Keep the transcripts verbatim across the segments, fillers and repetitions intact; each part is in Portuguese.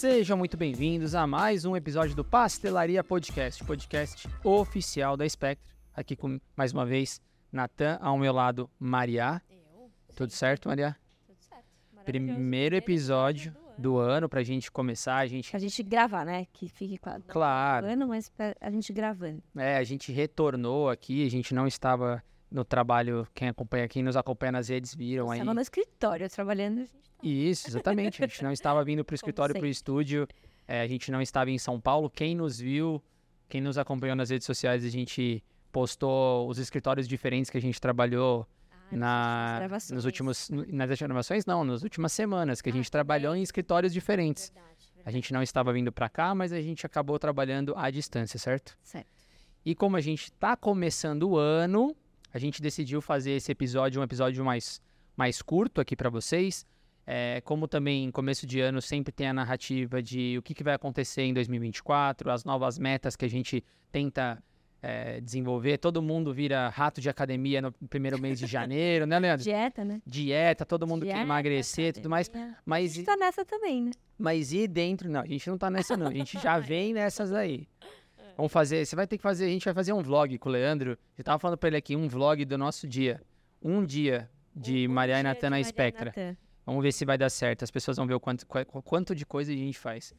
Sejam muito bem-vindos a mais um episódio do Pastelaria Podcast, podcast oficial da Spectra. Aqui com, mais uma vez, Natan, ao meu lado, Maria. Eu? Tudo certo, Maria? Tudo certo. Primeiro episódio do ano pra gente começar, a gente... Pra gente gravar, né? Que fique claro. Claro. Ano, mas pra a gente gravando. É, a gente retornou aqui, a gente não estava no trabalho, quem acompanha, quem nos acompanha nas redes viram aí. Estava no escritório trabalhando, a gente tá... Isso, exatamente. A gente não estava vindo pro escritório, pro estúdio, é, a gente não estava em São Paulo. Quem nos viu, quem nos acompanhou nas redes sociais, a gente postou os escritórios diferentes que a gente trabalhou Ah, na, nas nos últimos, nas gravações não, nas últimas semanas, que a Ah, gente trabalhou também. em escritórios diferentes. Verdade, verdade. A gente não estava vindo para cá, mas a gente acabou trabalhando à distância, certo? Certo. E como a gente está começando o ano, a gente decidiu fazer esse episódio, um episódio mais, mais curto aqui para vocês. É, como também em começo de ano sempre tem a narrativa de o que, que vai acontecer em dois mil e vinte e quatro, as novas metas que a gente tenta é, desenvolver. Todo mundo vira rato de academia no primeiro mês de janeiro, né, Leandro? Dieta, né? Dieta, todo mundo quer Dieta, emagrecer e tudo mais. academia. A Mas, gente tá nessa também, né? mas e dentro? Não, a gente não tá nessa não, a gente já vem nessas aí. Vamos fazer, você vai ter que fazer, a gente vai fazer um vlog com o Leandro. Eu tava falando pra ele aqui, um vlog do nosso dia. Um dia de Um Maria e dia Natan de na Maria e Spectra. Natan. Vamos ver se vai dar certo. As pessoas vão ver o quanto, qu- quanto de coisa a gente faz.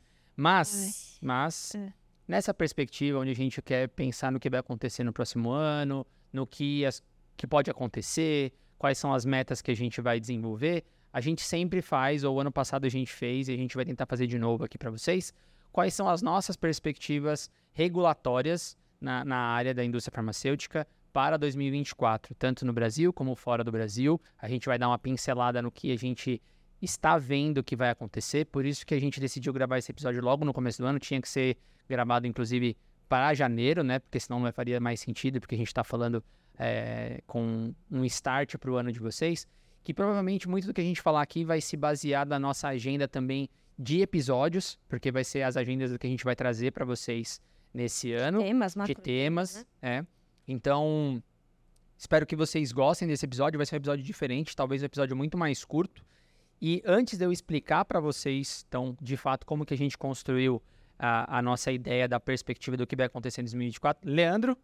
Mas, mas, É. nessa perspectiva onde a gente quer pensar no que vai acontecer no próximo ano, no que, as, que pode acontecer, quais são as metas que a gente vai desenvolver, a gente sempre faz, ou ano passado a gente fez, e a gente vai tentar fazer de novo aqui para vocês, quais são as nossas perspectivas regulatórias na, na área da indústria farmacêutica para dois mil e vinte e quatro, tanto no Brasil como fora do Brasil. A gente vai dar uma pincelada no que a gente está vendo que vai acontecer, por isso que a gente decidiu gravar esse episódio logo no começo do ano. Tinha que ser gravado, inclusive, para janeiro, né? Porque senão não faria mais sentido, porque a gente está falando é, com um start para o ano de vocês, que provavelmente muito do que a gente falar aqui vai se basear na nossa agenda também de episódios, porque vai ser as agendas do que a gente vai trazer para vocês nesse ano, Temas, de macro temas, né? é. Então, espero que vocês gostem desse episódio. Vai ser um episódio diferente, talvez um episódio muito mais curto. E antes de eu explicar para vocês, então, de fato, como que a gente construiu a, a nossa ideia da perspectiva do que vai acontecer em dois mil e vinte e quatro, Leandro,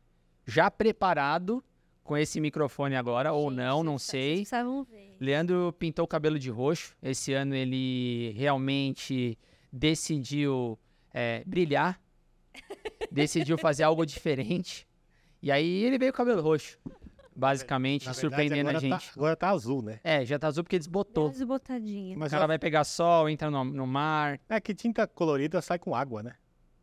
já preparado com esse microfone agora, ou Gente, não, não vocês sei. precisavam ver. Leandro pintou o cabelo de roxo. Esse ano ele realmente decidiu é, brilhar, decidiu fazer algo diferente. E aí ele veio com o cabelo roxo, basicamente, Na verdade, surpreendendo a agora gente. Tá, agora tá azul, né? É, já tá azul porque desbotou. Desbotadinha. O Mas cara só- vai pegar sol, entra no, no mar. é que tinta colorida sai com água, né?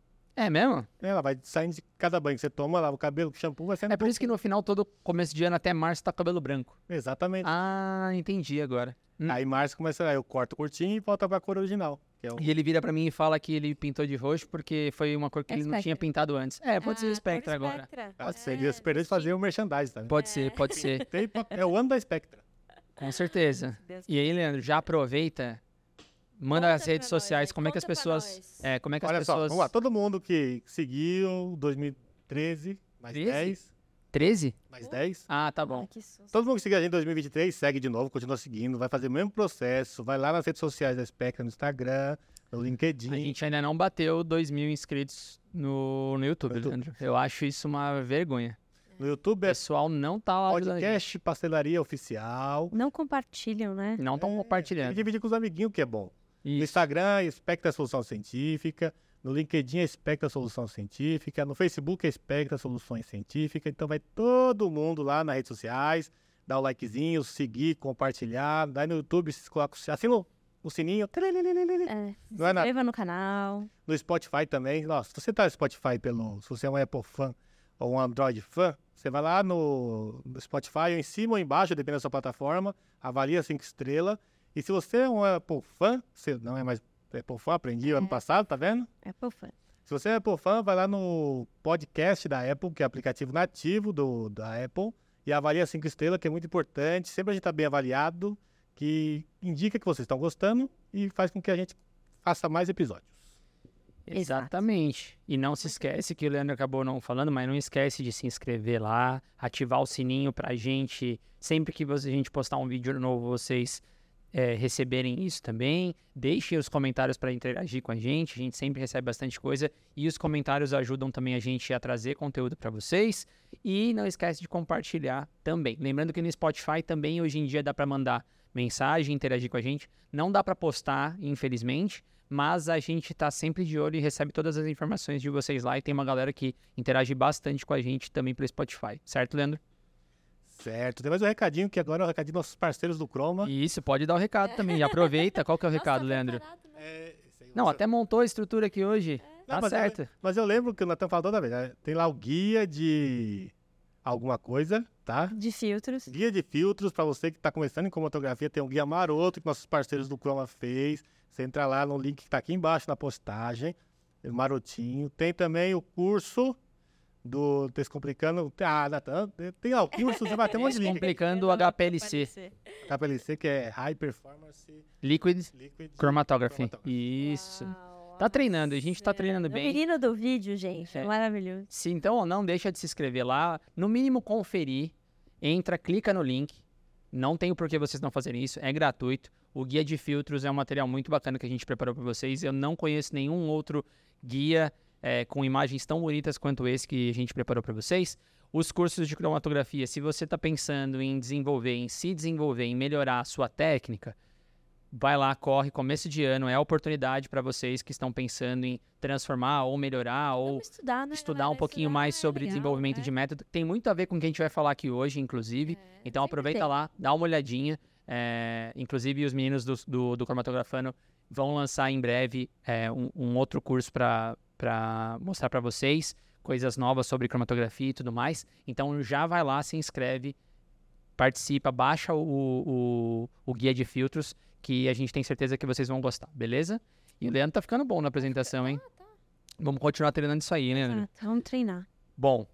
É mesmo? Ela vai saindo de cada banho que você toma, lava o cabelo, o shampoo vai saindo. É por isso que no final, todo começo de ano até março, tá com cabelo branco. Exatamente. Ah, entendi agora. Hum. Aí março começa, aí eu corto curtinho e volta pra cor original. Que é o... E ele vira pra mim e fala que ele pintou de roxo porque foi uma cor que É ele não Spectra. tinha pintado antes. É, pode ser Ah, Spectra cor agora. Spectra. Nossa, É, você se perdeu de fazer o merchandising, tá vendo? Pode ser, pode ser. Tem- é o ano da Spectra. Com certeza. Deus E aí, Leandro, já aproveita, manda Conta as redes pra nós, sociais, aí, como é que as conta pra pessoas... nós. É, como é que as Olha só, pessoas... vamos lá. Todo mundo que seguiu dois mil e treze, mais treze? dez, treze? mais dez. Ah, tá bom. Ai, que susto. Todo mundo que seguiu a gente em dois mil e vinte e três, segue de novo, continua seguindo, vai fazer o mesmo processo, vai lá nas redes sociais da Spectra, no Instagram, no LinkedIn. A gente ainda não bateu dois mil inscritos no, no YouTube, No YouTube. Leandro. Eu acho isso uma vergonha. No O YouTube é pessoal não tá lá ajudando a gente. podcast Pastelaria Oficial. Não compartilham, né? Não estão Tem compartilhando. que dividir com os amiguinhos, que é bom. No Isso. Instagram, Spectra Solução Científica. No LinkedIn, Spectra Solução Científica. No Facebook, Spectra Soluções Científicas. Então vai todo mundo lá nas redes sociais, dar o likezinho, seguir, compartilhar. Daí no YouTube, vocês colocam, assina o, o sininho. É. Se Não é nada. inscreva no canal. No Spotify também. Nossa, se você tá no Spotify pelo. Se você é um Apple fã ou um Android fã, você vai lá no, no Spotify, ou em cima ou embaixo, dependendo da sua plataforma, avalia cinco estrelas. E se você é um Apple fã, você não é mais Apple fã, aprendi ano passado, tá vendo? É por fã. Se você é Apple fã, vai lá no podcast da Apple, que é o aplicativo nativo do, da Apple, e avalia cinco estrelas, que é muito importante. Sempre a gente tá bem avaliado, que indica que vocês estão gostando e faz com que a gente faça mais episódios. Exato. Exatamente. E não se esquece que o Leandro acabou não falando, mas não esquece de se inscrever lá, ativar o sininho pra gente. Sempre que você- a gente postar um vídeo novo, vocês é, receberem isso também. Deixem os comentários para interagir com a gente. A gente sempre recebe bastante coisa. E os comentários ajudam também a gente a trazer conteúdo para vocês. E não esquece de compartilhar também. Lembrando que no Spotify também hoje em dia dá para mandar mensagem, interagir com a gente. Não dá para postar, infelizmente. Mas a gente está sempre de olho e recebe todas as informações de vocês lá. E tem uma galera que interage bastante com a gente também pelo Spotify. Certo, Leandro? Certo. Tem mais um recadinho, que agora é o recadinho dos nossos parceiros do Chroma. Isso, pode dar o recado também. Aproveita. Qual que é o recado, Nossa, Leandro? preparado, né? É, esse aí Não, você- até montou a estrutura aqui hoje. Não, Tá mas eu- certo. Mas eu lembro que o Natan falou toda vez, né? Tem lá o guia de alguma coisa, tá? De filtros. Guia de filtros para você que está começando em cromatografia. Tem um guia maroto que nossos parceiros do Chroma fez. Você entra lá no link que está aqui embaixo na postagem. É marotinho. Tem também o curso do Descomplicando. Ah, Natan, tem lá o curso, você vai ter um monte de link. Descomplicando o H P L C. H P L C, que é High Performance Liquid Liquid Chromatography. Chromatography. Isso. Uau, Tá treinando, a gente tá nossa. treinando O bem. menino do vídeo, gente. É. Maravilhoso. Se então não deixa de se inscrever lá, no mínimo conferir, entra, clica no link. Não tem por que vocês não fazerem isso, é gratuito. O guia de filtros é um material muito bacana que a gente preparou para vocês. Eu não conheço nenhum outro guia é, com imagens tão bonitas quanto esse que a gente preparou para vocês. Os cursos de cromatografia, se você está pensando em desenvolver, em se desenvolver, em melhorar a sua técnica, vai lá, corre, começo de ano, é a oportunidade para vocês que estão pensando em transformar ou melhorar ou Vamos estudar, né, estudar galera? um pouquinho Estudar mais é sobre legal, desenvolvimento né? de método. Tem muito a ver com o que a gente vai falar aqui hoje, inclusive. É, Então sempre aproveita tem. lá, dá uma olhadinha. É, inclusive os meninos do, do, do Cromatografando vão lançar em breve é, um, um outro curso para mostrar para vocês coisas novas sobre cromatografia e tudo mais. Então já vai lá, se inscreve, participa, baixa o, o, o guia de filtros, que a gente tem certeza que vocês vão gostar, beleza? E o Leandro tá ficando bom na apresentação, hein? Vamos continuar treinando isso aí, né, Leandro? Exato, vamos treinar. Bom,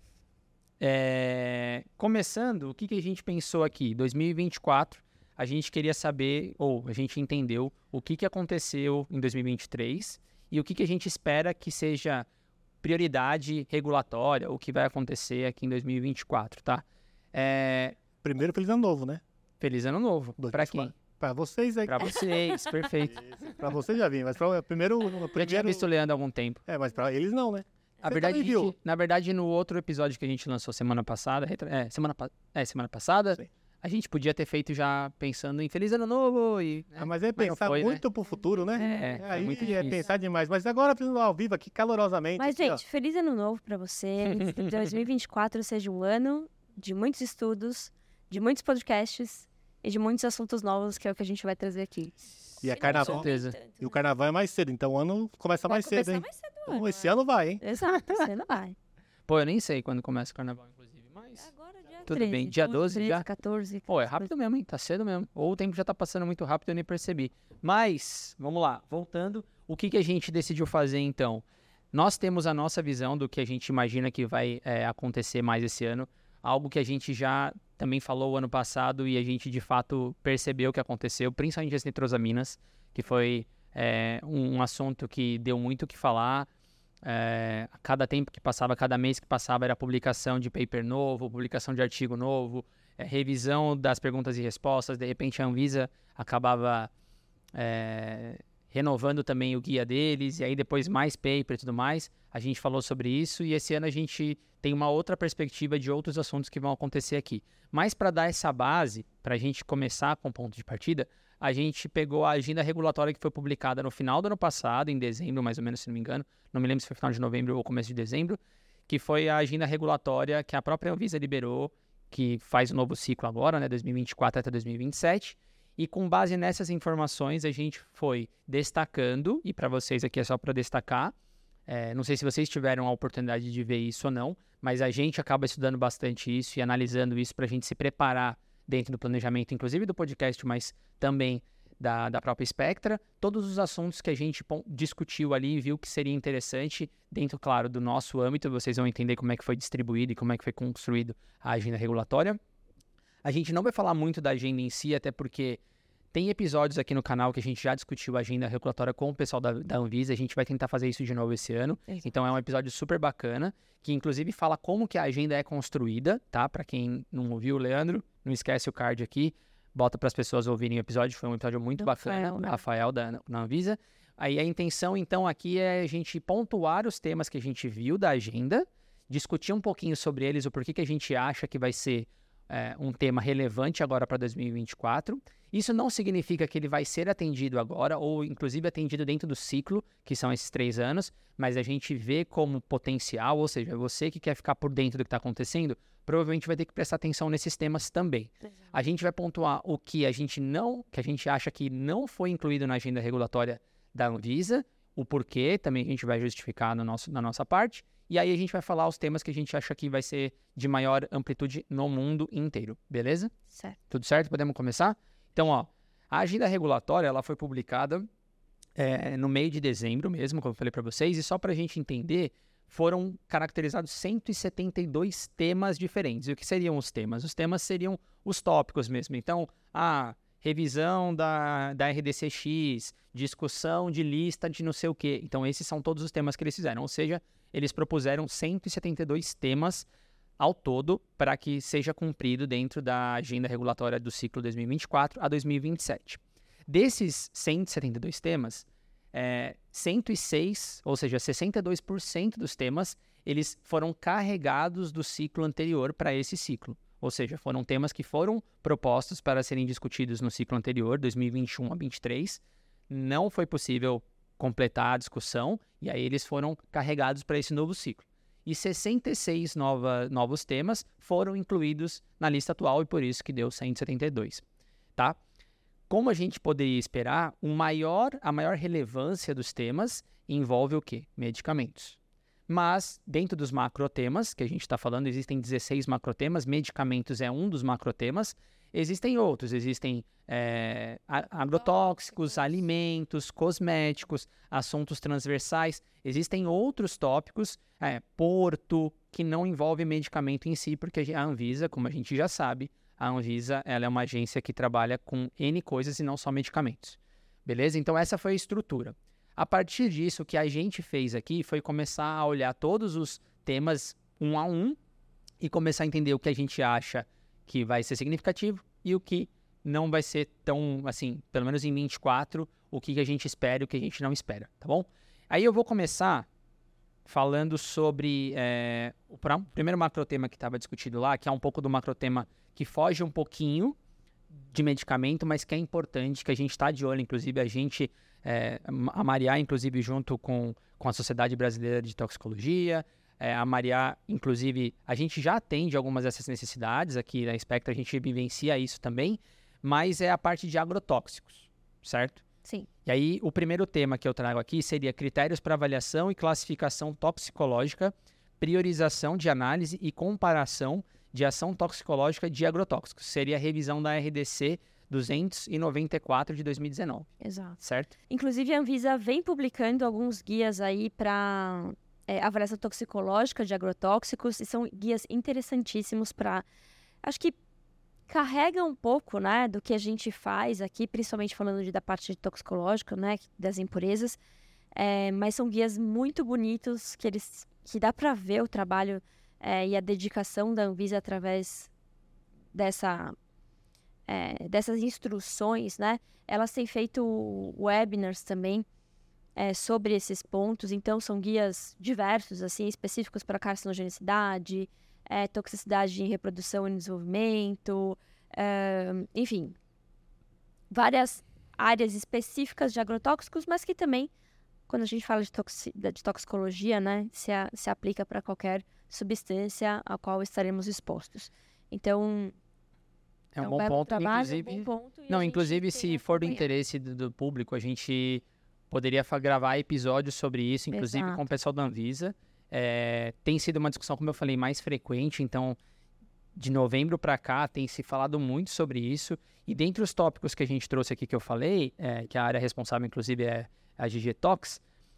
é, começando, o que, que a gente pensou aqui? dois mil e vinte e quatro, a gente queria saber, ou a gente entendeu, o que, que aconteceu em dois mil e vinte e três e o que, que a gente espera que seja prioridade regulatória, o que vai acontecer aqui em dois mil e vinte e quatro, tá? É, Primeiro, feliz ano novo, né? feliz ano novo. Pra quem? Para vocês aí. Pra vocês, perfeito. Para vocês já vi, mas pra, primeiro, Já tinha primeiro... visto o Leandro há algum tempo. É, mas para eles não, né? A Você verdade, também a gente- viu? na verdade, no outro episódio que a gente lançou semana passada, retra- é, semana, pa- é, semana passada, Sim. a gente podia ter feito já pensando em Feliz Ano Novo e... Ah, mas é Mas não pensar foi, né? muito pro futuro, né? É, é aí muito é difícil. pensar demais. Mas agora, ao vivo aqui, calorosamente. Mas, aqui, ó. gente, feliz ano novo pra você. Que dois mil e vinte e quatro seja um ano de muitos estudos, de muitos podcasts e de muitos assuntos novos, que é o que a gente vai trazer aqui. E é Com carnaval. certeza. E o carnaval é mais cedo, então o ano começa Vai mais cedo, começar hein? mais cedo o Então, ano, esse né? ano vai, hein? Exato, você não vai. Pô, eu nem sei quando começa o carnaval, inclusive, mas... Agora, dia Tudo treze, bem, dia doze, doze treze, já? quatorze. Pô, é rápido mesmo, hein? Tá cedo mesmo. Ou o tempo já tá passando muito rápido e eu nem percebi. Mas, vamos lá, voltando, o que, que a gente decidiu fazer então? Nós temos a nossa visão do que a gente imagina que vai é, acontecer mais esse ano. Algo que a gente já também falou o ano passado e a gente de fato percebeu que aconteceu, principalmente as nitrosaminas, que foi é, um, um assunto que deu muito o que falar. É, a cada tempo que passava, cada mês que passava, era publicação de paper novo, publicação de artigo novo, é, revisão das perguntas e respostas. De repente a Anvisa acabava é, renovando também o guia deles, e aí depois mais paper e tudo mais. A gente falou sobre isso e esse ano a gente tem uma outra perspectiva de outros assuntos que vão acontecer aqui. Mas para dar essa base, para a gente começar com o ponto de partida, a gente pegou a agenda regulatória que foi publicada no final do ano passado, em dezembro, mais ou menos, se não me engano. Não me lembro se foi final de novembro ou começo de dezembro, que foi a agenda regulatória que a própria Anvisa liberou, que faz o novo ciclo agora, né, dois mil e vinte e quatro até dois mil e vinte e sete. E com base nessas informações, a gente foi destacando, e para vocês aqui é só para destacar, é, não sei se vocês tiveram a oportunidade de ver isso ou não, mas a gente acaba estudando bastante isso e analisando isso para a gente se preparar dentro do planejamento, inclusive do podcast, mas também da, da própria Spectra, todos os assuntos que a gente pon- discutiu ali e viu que seria interessante, dentro, claro, do nosso âmbito, vocês vão entender como é que foi distribuído e como é que foi construído a agenda regulatória. A gente não vai falar muito da agenda em si, até porque tem episódios aqui no canal que a gente já discutiu a agenda regulatória com o pessoal da, da Anvisa, a gente vai tentar fazer isso de novo esse ano. Exato. Então é um episódio super bacana, que inclusive fala como que a agenda é construída, tá? Para quem não ouviu, Leandro, não esquece o card aqui. bota para as pessoas ouvirem o episódio, foi um episódio muito Do bacana, Rafael, do né? Rafael da, da Anvisa. Aí a intenção, então, aqui é a gente pontuar os temas que a gente viu da agenda, discutir um pouquinho sobre eles, o porquê que a gente acha que vai ser é, um tema relevante agora para dois mil e vinte e quatro. Isso não significa que ele vai ser atendido agora, ou inclusive atendido dentro do ciclo, que são esses três anos, mas a gente vê como potencial, ou seja, você que quer ficar por dentro do que está acontecendo, provavelmente vai ter que prestar atenção nesses temas também. Exato. A gente vai pontuar o que a gente não, que a gente acha que não foi incluído na agenda regulatória da Anvisa, o porquê também a gente vai justificar no nosso, na nossa parte, e aí a gente vai falar os temas que a gente acha que vai ser de maior amplitude no mundo inteiro, beleza? Certo. Tudo certo? Podemos começar? Então, ó, a agenda regulatória, ela foi publicada é, no meio de dezembro mesmo, como eu falei para vocês, e só para a gente entender, foram caracterizados cento e setenta e dois temas diferentes. E o que seriam os temas? Os temas seriam os tópicos mesmo. Então, a revisão da, da R D C X, discussão de lista de não sei o quê. Então, esses são todos os temas que eles fizeram. Ou seja, eles propuseram cento e setenta e dois temas ao todo para que seja cumprido dentro da agenda regulatória do ciclo dois mil e vinte e quatro a dois mil e vinte e sete. Desses cento e setenta e dois temas, é, cento e seis, ou seja, sessenta e dois por cento dos temas, eles foram carregados do ciclo anterior para esse ciclo. Ou seja, foram temas que foram propostos para serem discutidos no ciclo anterior, dois mil e vinte e um a vinte e três. Não foi possível completar a discussão, e aí eles foram carregados para esse novo ciclo. E sessenta e seis nova, novos temas foram incluídos na lista atual, e por isso que deu cento e setenta e dois, tá? Como a gente poderia esperar, o maior, a maior relevância dos temas envolve o quê? Medicamentos. Mas, dentro dos macrotemas, que a gente está falando, existem dezesseis macrotemas, medicamentos é um dos macrotemas, existem outros, existem é, agrotóxicos, alimentos, cosméticos, assuntos transversais, existem outros tópicos, é, porto, que não envolve medicamento em si, porque a Anvisa, como a gente já sabe, a Anvisa ela é uma agência que trabalha com N coisas e não só medicamentos. Beleza? Então essa foi a estrutura. A partir disso, o que a gente fez aqui foi começar a olhar todos os temas um a um e começar a entender o que a gente acha que vai ser significativo e o que não vai ser tão, assim, pelo menos em vinte e quatro, o que a gente espera e o que a gente não espera, tá bom? Aí eu vou começar falando sobre é, o primeiro macrotema que estava discutido lá, que é um pouco do macrotema que foge um pouquinho de medicamento, mas que é importante, que a gente está de olho, inclusive a gente, é, a Mariá, inclusive junto com, com a Sociedade Brasileira de Toxicologia, é, a Mariá, inclusive, a gente já atende algumas dessas necessidades, aqui na Spectra a gente vivencia isso também, mas é a parte de agrotóxicos, certo? Sim. E aí, o primeiro tema que eu trago aqui seria critérios para avaliação e classificação toxicológica, priorização de análise e comparação de ação toxicológica de agrotóxicos. Seria a revisão da R D C duzentos e noventa e quatro de dois mil e dezenove. Exato. Certo? Inclusive, a Anvisa vem publicando alguns guias aí para é, avaliação toxicológica de agrotóxicos, e são guias interessantíssimos para, acho que carrega um pouco, né, do que a gente faz aqui, principalmente falando de, da parte toxicológica, né, das impurezas, é, mas são guias muito bonitos, que, eles, que dá para ver o trabalho é, e a dedicação da Anvisa através dessa, é, dessas instruções, né. Elas têm feito webinars também é, sobre esses pontos, então são guias diversos, assim, específicos para carcinogenicidade, É, toxicidade em reprodução e desenvolvimento, é, enfim, várias áreas específicas de agrotóxicos, mas que também, quando a gente fala de, toxi- de toxicologia, né, se, a, se aplica para qualquer substância a qual estaremos expostos. Então, É um é bom belo ponto, trabalho, inclusive... um bom ponto, e a Não, gente inclusive, tem se que for do acompanhar. interesse do, do público, a gente poderia fa- gravar episódios sobre isso, inclusive Exato. com o pessoal da Anvisa. É, tem sido uma discussão, como eu falei, mais frequente, então de novembro para cá tem se falado muito sobre isso, e dentre os tópicos que a gente trouxe aqui que eu falei, é, que a área responsável inclusive é a G G Tox,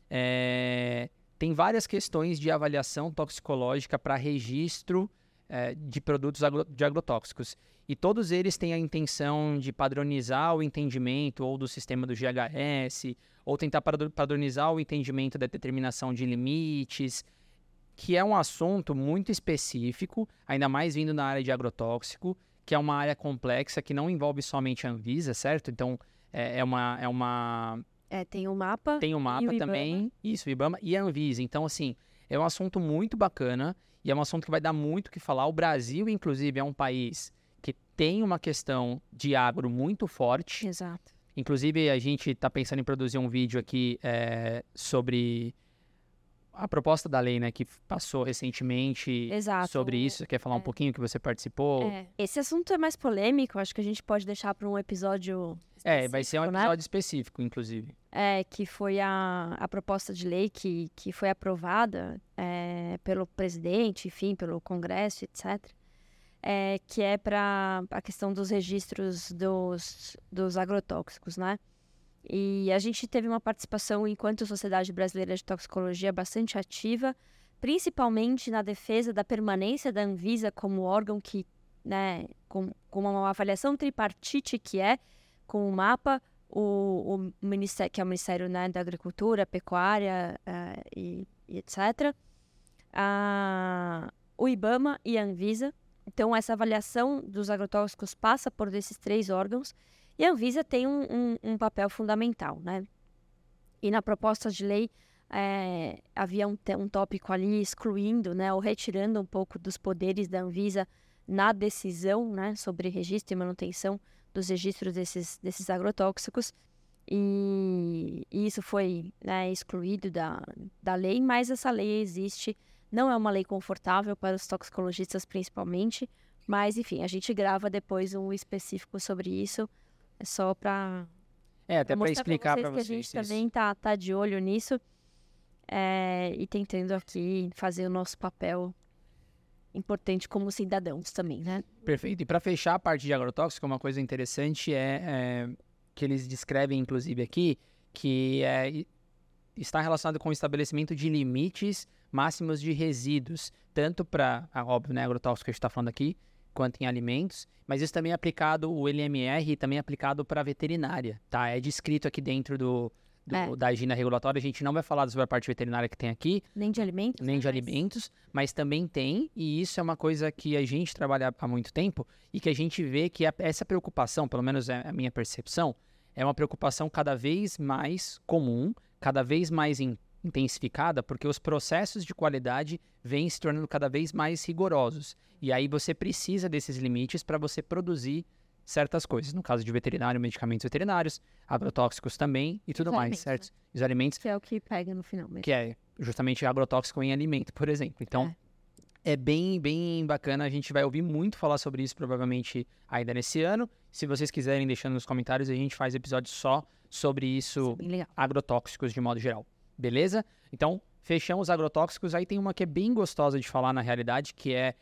é, tem várias questões de avaliação toxicológica para registro é, de produtos agro, de agrotóxicos, e todos eles têm a intenção de padronizar o entendimento ou do sistema do G H S, ou tentar padronizar o entendimento da determinação de limites, que é um assunto muito específico, ainda mais vindo na área de agrotóxico, que é uma área complexa que não envolve somente a Anvisa, certo? Então, é, é uma... É uma É, tem o mapa. tem o mapa o também, isso, o IBAMA e a Anvisa. Então, assim, é um assunto muito bacana e é um assunto que vai dar muito o que falar. O Brasil, inclusive, é um país que tem uma questão de agro muito forte. Exato. Inclusive, a gente está pensando em produzir um vídeo aqui é, sobre a proposta da lei, né, que passou recentemente Exato. sobre isso. Você quer falar É. um pouquinho que você participou? É. Esse assunto é mais polêmico, acho que a gente pode deixar para um episódio É, vai ser um específico, né? episódio específico, inclusive. É, que foi a, a proposta de lei que, que foi aprovada é, pelo presidente, enfim, pelo Congresso, etcétera. É, que é para a questão dos registros dos, dos agrotóxicos, né? E a gente teve uma participação, enquanto Sociedade Brasileira de Toxicologia, bastante ativa, principalmente na defesa da permanência da Anvisa como órgão que, né, com, com uma avaliação tripartite que é, com o mapa, o, o Ministério, que é o Ministério, né, da Agricultura, Pecuária uh, e, e etcétera, a, o IBAMA e a Anvisa. Então, essa avaliação dos agrotóxicos passa por esses três órgãos e a Anvisa tem um, um, um papel fundamental, né? E na proposta de lei é, havia um, um tópico ali excluindo, né, ou retirando um pouco dos poderes da Anvisa na decisão, né, sobre registro e manutenção dos registros desses, desses agrotóxicos. E, e isso foi, né, excluído da, da lei, mas essa lei existe. Não é uma lei confortável para os toxicologistas, principalmente, mas, enfim, a gente grava depois um específico sobre isso, é só para É, até para explicar para vocês vocês. que a gente isso. também tá, tá de olho nisso é, e tentando aqui fazer o nosso papel importante como cidadãos também, né? Perfeito. E para fechar a parte de agrotóxico, uma coisa interessante é, é que eles descrevem, inclusive, aqui, que é, está relacionado com o estabelecimento de limites máximos de resíduos, tanto para, óbvio, né, agrotóxico que a gente está falando aqui, quanto em alimentos, mas isso também é aplicado, o L M R também é aplicado para a veterinária, tá? É descrito aqui dentro do, do É. da agenda regulatória, a gente não vai falar sobre a parte veterinária que tem aqui, Nem de alimentos, nem né? de Mas- alimentos, mas também tem, e isso é uma coisa que a gente trabalha há muito tempo, e que a gente vê que a- essa preocupação, pelo menos é a minha percepção, é uma preocupação cada vez mais comum, cada vez mais in- intensificada, porque os processos de qualidade vêm se tornando cada vez mais rigorosos. E aí você precisa desses limites para você produzir certas coisas. No caso de veterinário, medicamentos veterinários, agrotóxicos também e tudo Os mais, alimentos, certo? Os alimentos, Que é o que pega no final mesmo. que é justamente agrotóxico em alimento, por exemplo. Então, é, bem, bem bacana. A gente vai ouvir muito falar sobre isso, provavelmente, ainda nesse ano. Se vocês quiserem, deixando nos comentários, a gente faz episódio só sobre Isso isso, é bem legal. agrotóxicos de modo geral. Beleza? Então, fechamos os agrotóxicos. Aí tem uma que é bem gostosa de falar na realidade, que é,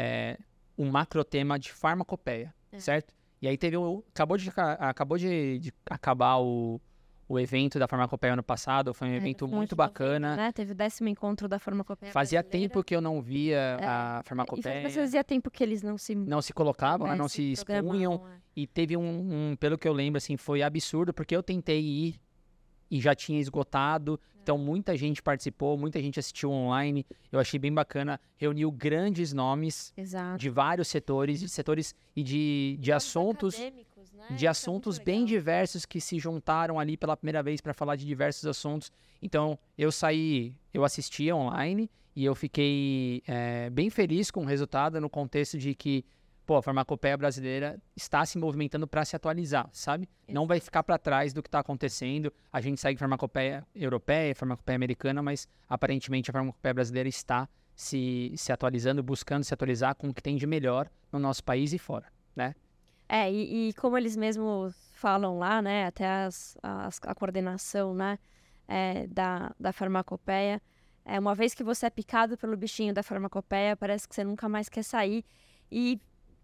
é um macrotema de farmacopeia, É. certo? E aí teve o... Acabou de, aca- acabou de, de acabar o, o evento da farmacopeia ano passado. Foi um É, evento no final muito de bacana. novembro, né? Teve o décimo encontro da farmacopeia Fazia brasileira. tempo que eu não via É, a E farmacopeia. fazia tempo que eles não se... Não se colocavam, né, é, não se expunham. programavam, é. E teve um, um, pelo que eu lembro, assim, foi absurdo, porque eu tentei ir e já tinha esgotado. Então, muita gente participou, muita gente assistiu online. Eu achei bem bacana. Reuniu grandes nomes Exato. de vários setores, de setores e de, de assuntos, Acadêmicos, né? de Isso é assuntos muito bem legal. diversos que se juntaram ali pela primeira vez para falar de diversos assuntos. Então, eu saí, eu assisti online e eu fiquei é, bem feliz com o resultado no contexto de que, pô, a farmacopeia brasileira está se movimentando para se atualizar, sabe? Não vai ficar para trás do que está acontecendo. A gente segue farmacopeia europeia, farmacopeia americana, mas aparentemente a farmacopeia brasileira está se, se atualizando, buscando se atualizar com o que tem de melhor no nosso país e fora, né? É, e, e como eles mesmos falam lá, né, até as, as- a coordenação, né, é, da, da farmacopeia, é, uma vez que você é picado pelo bichinho da farmacopeia, parece que você nunca mais quer sair. E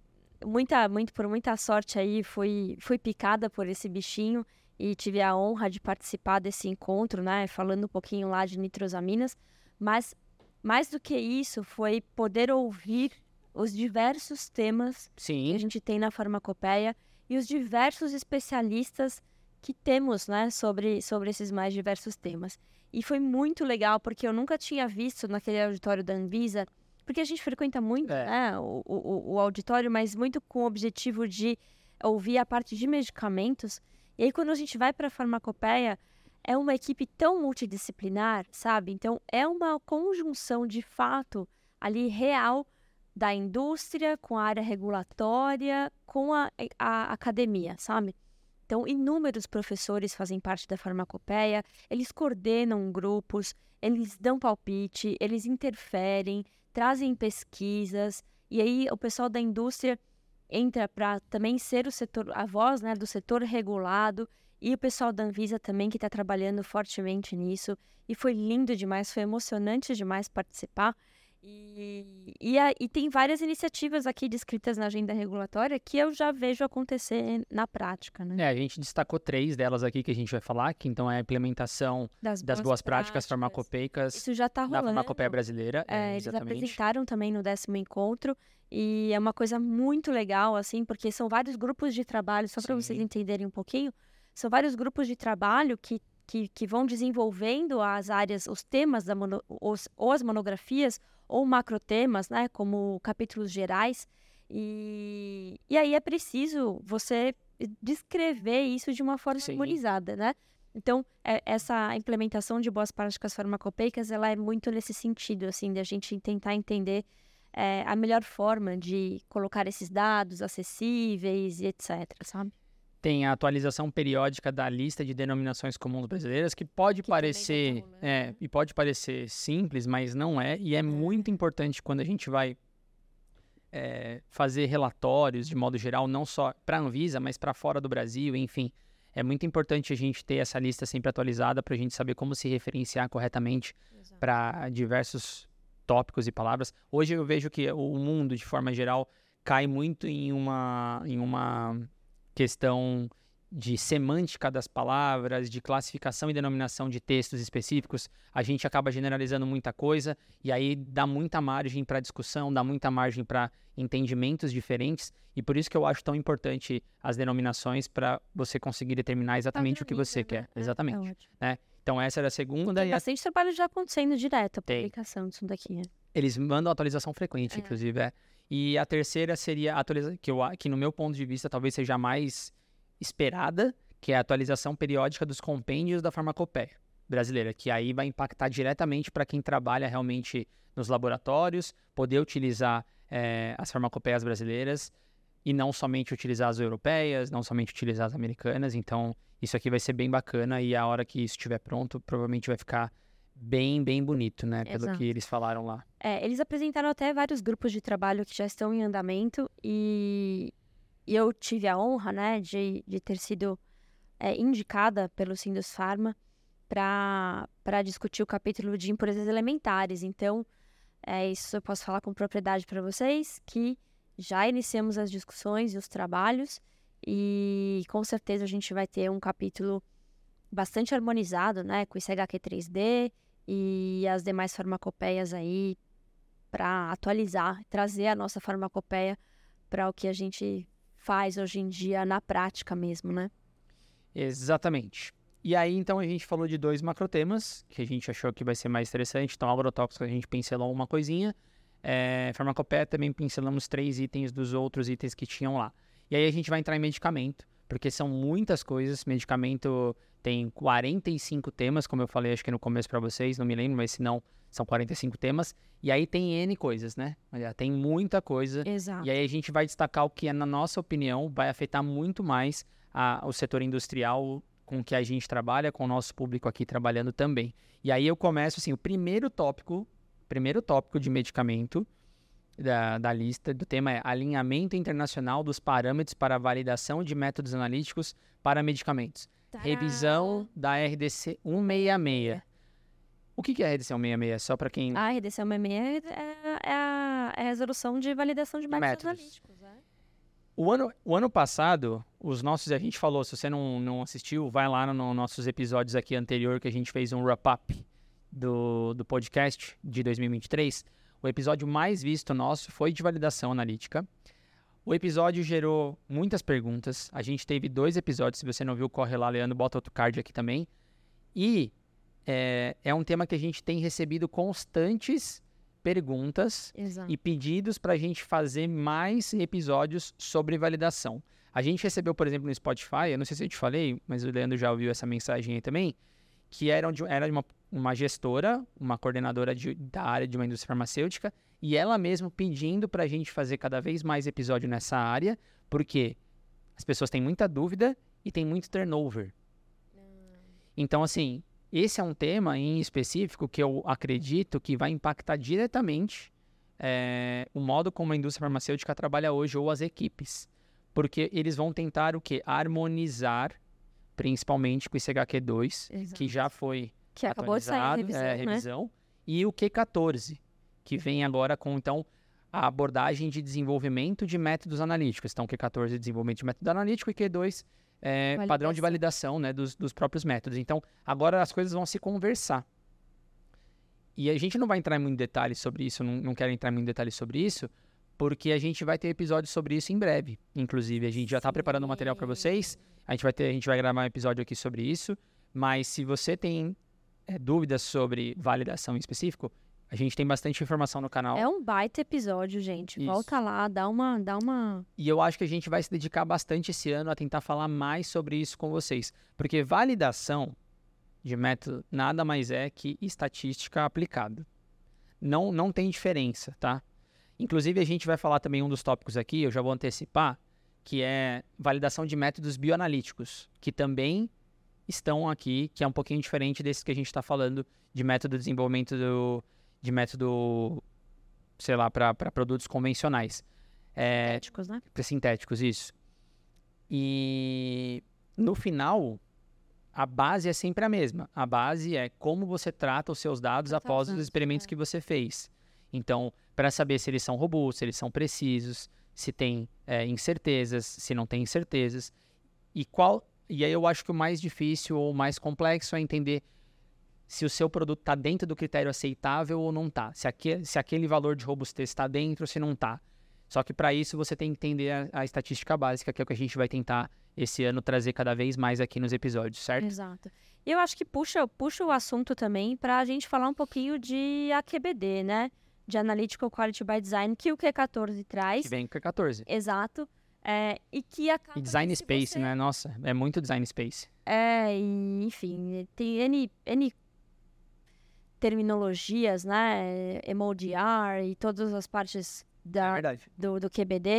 muita, muito, por muita sorte aí, fui, fui picada por esse bichinho e tive a honra de participar desse encontro, né, falando um pouquinho lá de nitrosaminas, mas mais do que isso foi poder ouvir os diversos temas que a Sim, gente tem na farmacopeia e os diversos especialistas que temos, né, sobre, sobre esses mais diversos temas. E foi muito legal, porque eu nunca tinha visto naquele auditório da Anvisa porque a gente frequenta muito, É. né, o, o, o auditório, mas muito com o objetivo de ouvir a parte de medicamentos. E aí, quando a gente vai para a farmacopeia, é uma equipe tão multidisciplinar, sabe? Então, é uma conjunção de fato ali real da indústria com a área regulatória, com a, a academia, sabe? Então, inúmeros professores fazem parte da farmacopeia, eles coordenam grupos, eles dão palpite, eles interferem, trazem pesquisas, e aí o pessoal da indústria entra para também ser o setor, a voz, né, do setor regulado, e o pessoal da Anvisa também que está trabalhando fortemente nisso. E foi lindo demais, foi emocionante demais participar. E, e, a, e tem várias iniciativas aqui descritas na agenda regulatória que eu já vejo acontecer na prática, né? É, a gente destacou três delas aqui que a gente vai falar, que então é a implementação Das, das boas práticas farmacopeicas Isso já está na rolando. farmacopeia brasileira. É, É, eles exatamente. apresentaram também no décimo encontro. E é uma coisa muito legal, assim, porque são vários grupos de trabalho, só para vocês Sim. entenderem um pouquinho, são vários grupos de trabalho que, que, que vão desenvolvendo as áreas, os temas, da mono, os, ou as monografias, ou macrotemas, né, como capítulos gerais. E, e aí é preciso você descrever isso de uma forma Sim. harmonizada, né? Então, é, essa implementação de boas práticas farmacopeicas, ela é muito nesse sentido, assim, de a gente tentar entender é, a melhor forma de colocar esses dados acessíveis e etc, sabe? Tem a atualização periódica da lista de denominações comuns brasileiras, que pode Que também parecer, tá rolando, é, né? e pode parecer simples, mas não é. E é, muito importante quando a gente vai é, fazer relatórios, de modo geral, não só para a Anvisa, mas para fora do Brasil, enfim. É muito importante a gente ter essa lista sempre atualizada para a gente saber como se referenciar corretamente para diversos tópicos e palavras. Hoje eu vejo que o mundo, de forma geral, cai muito em uma, em uma questão de semântica das palavras, de classificação e denominação de textos específicos. A gente acaba generalizando muita coisa e aí dá muita margem para discussão, dá muita margem para entendimentos diferentes, e por isso que eu acho tão importante as denominações para você conseguir determinar exatamente o que você Padroniza, quer. né? É, exatamente. é ótimo. Né? Então essa era a segunda. Tem E a... bastante trabalho já acontecendo direto, a Tem. publicação disso daqui. Eles mandam atualização frequente, É. inclusive. É. E a terceira seria a atualização, que, eu, a- que no meu ponto de vista talvez seja a mais esperada, que é a atualização periódica dos compêndios da farmacopeia brasileira, que aí vai impactar diretamente para quem trabalha realmente nos laboratórios, poder utilizar é, as farmacopeias brasileiras e não somente utilizar as europeias, não somente utilizar as americanas. Então, isso aqui vai ser bem bacana e a hora que isso estiver pronto, provavelmente vai ficar bem, bem bonito, né? Pelo Exato. que eles falaram lá. É, eles apresentaram até vários grupos de trabalho que já estão em andamento e, e eu tive a honra, né, de, de ter sido é, indicada pelo Sindusfarma para discutir o capítulo de impurezas elementares. Então, é, isso eu posso falar com propriedade para vocês, que já iniciamos as discussões e os trabalhos e com certeza a gente vai ter um capítulo bastante harmonizado, né, com o I C H Q três D e as demais farmacopeias aí para atualizar, trazer a nossa farmacopeia para o que a gente faz hoje em dia na prática mesmo, né? Exatamente. E aí, então, a gente falou de dois macrotemas, que a gente achou que vai ser mais interessante. Então, agrotóxico, a gente pincelou uma coisinha. É, farmacopeia também pincelamos três itens dos outros itens que tinham lá. E aí a gente vai entrar em medicamento, porque são muitas coisas. Medicamento tem quarenta e cinco temas, como eu falei, acho que no começo para vocês, não me lembro, mas se não, são quarenta e cinco temas. E aí tem N coisas, né? Olha, tem muita coisa. Exato. E aí a gente vai destacar o que, na nossa opinião, vai afetar muito mais a, o setor industrial com que a gente trabalha, com o nosso público aqui trabalhando também. E aí eu começo, assim, o primeiro tópico, primeiro tópico de medicamento da, da lista do tema é alinhamento internacional dos parâmetros para validação de métodos analíticos para medicamentos. Tadá! Revisão da R D C cento e sessenta e seis. O que que é a R D C cento e sessenta e seis? Só para quem... A R D C cento e sessenta e seis é, é, a, é a resolução de validação de métodos, Métodos. analíticos. É. O ano, o ano passado, os nossos, a gente falou, se você não, não assistiu, vai lá nos no nossos episódios aqui anterior que a gente fez um wrap-up do, do podcast de dois mil e vinte e três. O episódio mais visto nosso foi de validação analítica. O episódio gerou muitas perguntas. A gente teve dois episódios, se você não viu, corre lá, Leandro, bota outro card aqui também. E é, é um tema que a gente tem recebido constantes perguntas Exato. e pedidos para a gente fazer mais episódios sobre validação. A gente recebeu, por exemplo, no Spotify, eu não sei se eu te falei, mas o Leandro já ouviu essa mensagem aí também, que era de, era de uma, uma gestora, uma coordenadora de, da área de uma indústria farmacêutica, e ela mesma pedindo para a gente fazer cada vez mais episódio nessa área, porque as pessoas têm muita dúvida e tem muito turnover. Então, assim, esse é um tema em específico que eu acredito que vai impactar diretamente é, o modo como a indústria farmacêutica trabalha hoje ou as equipes. Porque eles vão tentar o quê? Harmonizar, principalmente com esse H Q dois, Exato. que já foi Que acabou de sair a atualizado, revisão, é, né? revisão, e o Q quatorze, que vem agora com, então, a abordagem de desenvolvimento de métodos analíticos. Então, Q quatorze, desenvolvimento de método analítico, e Q dois, é, padrão de validação, né, dos, dos próprios métodos. Então, agora as coisas vão se conversar. E a gente não vai entrar em muito detalhes sobre isso, não, não quero entrar em muito detalhes sobre isso, porque a gente vai ter episódios sobre isso em breve. Inclusive, a gente já está preparando o material para vocês. A gente vai ter, a gente vai gravar um episódio aqui sobre isso. Mas se você tem é, dúvidas sobre validação em específico, a gente tem bastante informação no canal. É um baita episódio, gente. Isso. Volta lá, dá uma, dá uma... E eu acho que a gente vai se dedicar bastante esse ano a tentar falar mais sobre isso com vocês. Porque validação de método nada mais é que estatística aplicada. Não, não tem diferença, tá? Inclusive, a gente vai falar também um dos tópicos aqui, eu já vou antecipar, que é validação de métodos bioanalíticos, que também estão aqui, que é um pouquinho diferente desses que a gente está falando de método de desenvolvimento do, de método, sei lá, para produtos convencionais. É, Éticos, né? sintéticos, isso. E no final, a base é sempre a mesma. A base é como você trata os seus dados Tratar após os os dados, experimentos é. que você fez. Então, para saber se eles são robustos, se eles são precisos, se tem é, incertezas, se não tem incertezas. E qual... E aí eu acho que o mais difícil ou mais complexo é entender se o seu produto está dentro do critério aceitável ou não está. Se, aque, se aquele valor de robustez está dentro ou se não está. Só que para isso você tem que entender a, a estatística básica, que é o que a gente vai tentar esse ano trazer cada vez mais aqui nos episódios, certo? Exato. E eu acho que puxa, puxa o assunto também para a gente falar um pouquinho de A Q B D, né? De Analytical Quality by Design, que o Q quatorze traz. Que vem com o Q quatorze. Exato. É, e que acaba E design que se space, você... né? Nossa, é muito design space. É, e, enfim, tem N, N terminologias, né? M O D R e todas as partes da, É verdade. do, do Q B D.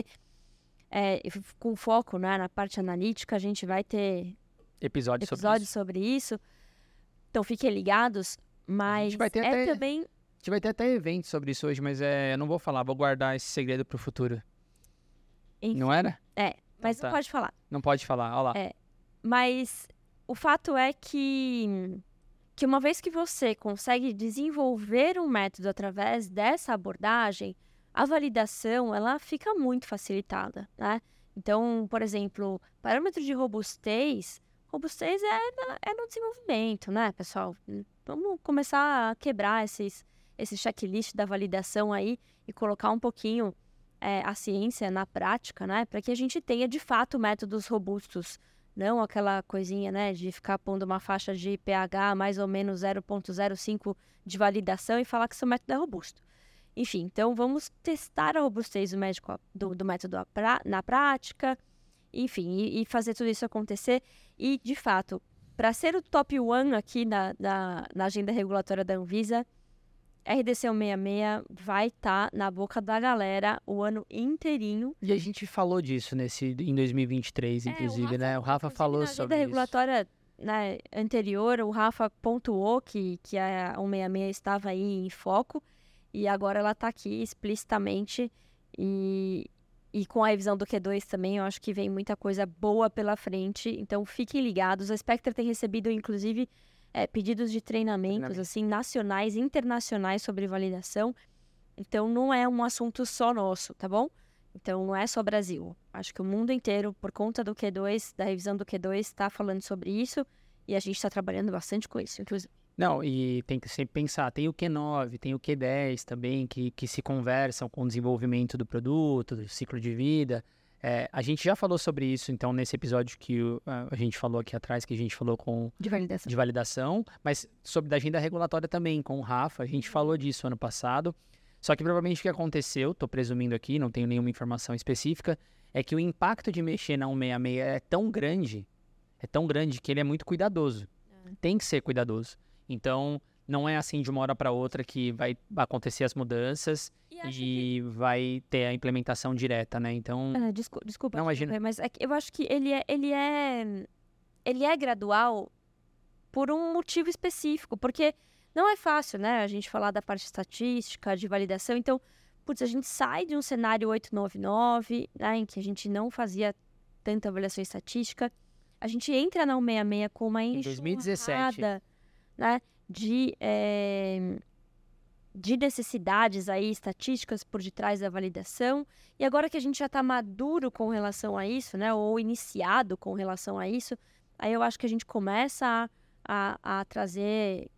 É, com foco, né, na parte analítica, a gente vai ter Episódio, episódios sobre sobre isso. Então fiquem ligados, mas vai ter é até- também... isso. A gente vai ter até evento sobre isso hoje, mas é, eu não vou falar, vou guardar esse segredo pro futuro. Enfim, Não era? mas tá. não pode falar. Não pode falar, olha lá. É. Mas o fato é que, que uma vez que você consegue desenvolver um método através dessa abordagem, a validação ela fica muito facilitada, né? Então, por exemplo, parâmetro de robustez, robustez é, na- é no desenvolvimento, né, pessoal? Vamos começar a quebrar esses, esse checklist da validação aí e colocar um pouquinho é, a ciência na prática, né? Para que a gente tenha, de fato, métodos robustos. Não aquela coisinha, né, de ficar pondo uma faixa de pH mais ou menos zero ponto zero cinco de validação e falar que seu método é robusto. Enfim, então vamos testar a robustez do, médico, do, do método a pra- na prática, enfim, e, e fazer tudo isso acontecer. E, de fato, para ser o top one aqui na, na, na agenda regulatória da Anvisa, R D C cento e sessenta e seis vai estar na boca da galera o ano inteirinho. E a gente falou disso nesse, em dois mil e vinte e três, É, inclusive, né? O Rafa inclusive, falou na agenda sobre isso. regulatória, né, anterior, o Rafa pontuou que, que a cento e sessenta e seis estava aí em foco, e agora ela está aqui explicitamente, e, e com a revisão do Q dois também, eu acho que vem muita coisa boa pela frente, então fiquem ligados. A Spectra tem recebido, inclusive, é, pedidos de treinamentos, Treinamento. assim, nacionais e internacionais sobre validação, então não é um assunto só nosso, tá bom? Então, não é só Brasil. Acho que o mundo inteiro, por conta do Q dois, da revisão do Q dois, está falando sobre isso. E a gente está trabalhando bastante com isso, inclusive. Não, e tem que sempre pensar, tem o Q nove, tem o Q dez também, que, que se conversam com o desenvolvimento do produto, do ciclo de vida. É, a gente já falou sobre isso, então, nesse episódio que o- a, a gente falou aqui atrás, que a gente falou com De validação. de validação, mas sobre da agenda regulatória também, com o Rafa, a gente falou disso ano passado. Só que provavelmente o que aconteceu, estou presumindo aqui, não tenho nenhuma informação específica, é que o impacto de mexer na cento e sessenta e seis é tão grande, é tão grande que ele é muito cuidadoso. É. Tem que ser cuidadoso. Então, não é assim de uma hora para outra que vai acontecer as mudanças e, e que... vai ter a implementação direta, né? Então... Ah, desculpa, desculpa, não, imagina. Mas é que eu acho que ele é, ele é, ele é gradual por um motivo específico, porque não é fácil, né? A gente falar da parte estatística, de validação. Então, putz, a gente sai de um cenário oito nove nove, né, em que a gente não fazia tanta avaliação estatística. A gente entra na cento e sessenta e seis com uma enxurrada, dois mil e dezessete. Né, de, é, de necessidades aí, estatísticas por detrás da validação. E agora que a gente já está maduro com relação a isso, né, ou iniciado com relação a isso, aí eu acho que a gente começa a, a, a trazer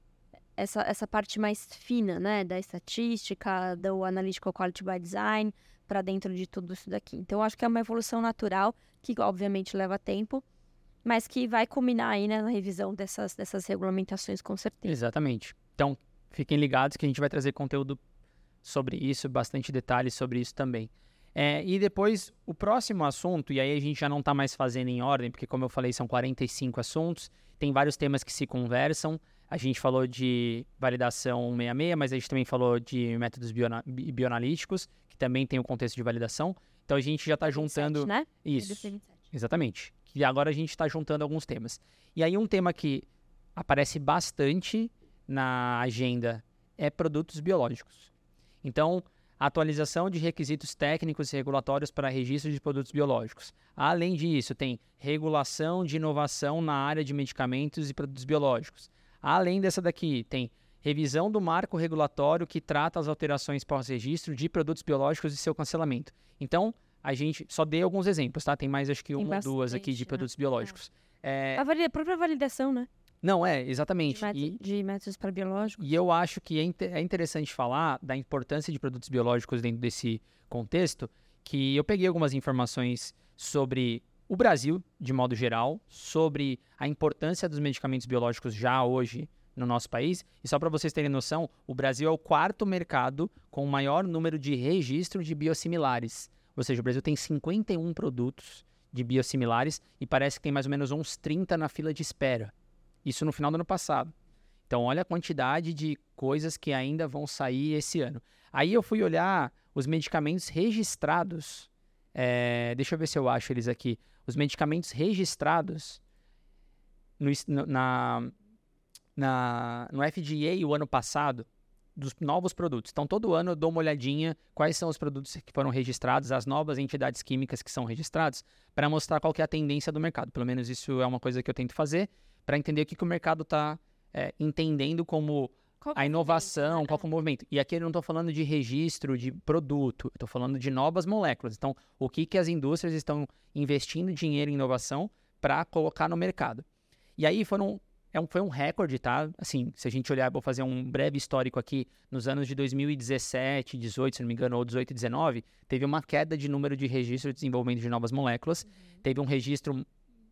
essa, essa parte mais fina, né, da estatística, do Analytical Quality by Design, para dentro de tudo isso daqui. Então, eu acho que é uma evolução natural, que obviamente leva tempo, mas que vai culminar aí, né, na revisão dessas, dessas regulamentações, com certeza. Exatamente. Então, fiquem ligados que a gente vai trazer conteúdo sobre isso, bastante detalhes sobre isso também. É, e depois, o próximo assunto, e aí a gente já não está mais fazendo em ordem, porque como eu falei, são quarenta e cinco assuntos, tem vários temas que se conversam. A gente falou de validação cento e sessenta e seis, mas a gente também falou de métodos biona- bioanalíticos, que também tem o contexto de validação. Então, a gente já está juntando... né? Isso, exatamente. E agora a gente está juntando alguns temas. E aí, um tema que aparece bastante na agenda é produtos biológicos. Então, a atualização de requisitos técnicos e regulatórios para registro de produtos biológicos. Além disso, tem regulação de inovação na área de medicamentos e produtos biológicos. Além dessa daqui, tem revisão do marco regulatório que trata as alterações pós-registro de produtos biológicos e seu cancelamento. Então, a gente só dei alguns exemplos, tá? Tem mais, acho que uma ou duas aqui de produtos, né, biológicos. É. A, valida- a própria validação, né? Não, é, exatamente. De, método, e, de métodos para biológicos. E eu acho que é, inter- é interessante falar da importância de produtos biológicos dentro desse contexto, que eu peguei algumas informações sobre o Brasil, de modo geral, sobre a importância dos medicamentos biológicos já hoje no nosso país. E só para vocês terem noção, o Brasil é o quarto mercado com o maior número de registro de biosimilares. Ou seja, o Brasil tem cinquenta e um produtos de biosimilares e parece que tem mais ou menos uns trinta na fila de espera. Isso no final do ano passado. Então, olha a quantidade de coisas que ainda vão sair esse ano. Aí eu fui olhar os medicamentos registrados. É, deixa eu ver se eu acho eles aqui. Os medicamentos registrados no, na, na, no F D A o ano passado, dos novos produtos. Então, todo ano eu dou uma olhadinha quais são os produtos que foram registrados, as novas entidades químicas que são registradas, para mostrar qual que é a tendência do mercado. Pelo menos isso é uma coisa que eu tento fazer, para entender o que, que o mercado está é, entendendo como qual a inovação, né? Qual que é o movimento. E aqui eu não estou falando de registro de produto, eu estou falando de novas moléculas. Então, o que, que as indústrias estão investindo dinheiro em inovação para colocar no mercado. E aí foram... É um, foi um recorde, tá? Assim, se a gente olhar, vou fazer um breve histórico aqui, nos anos de dois mil e dezessete, dezoito, se não me engano, ou dezoito e dezenove, teve uma queda de número de registro de desenvolvimento de novas moléculas. Uhum. Teve um registro...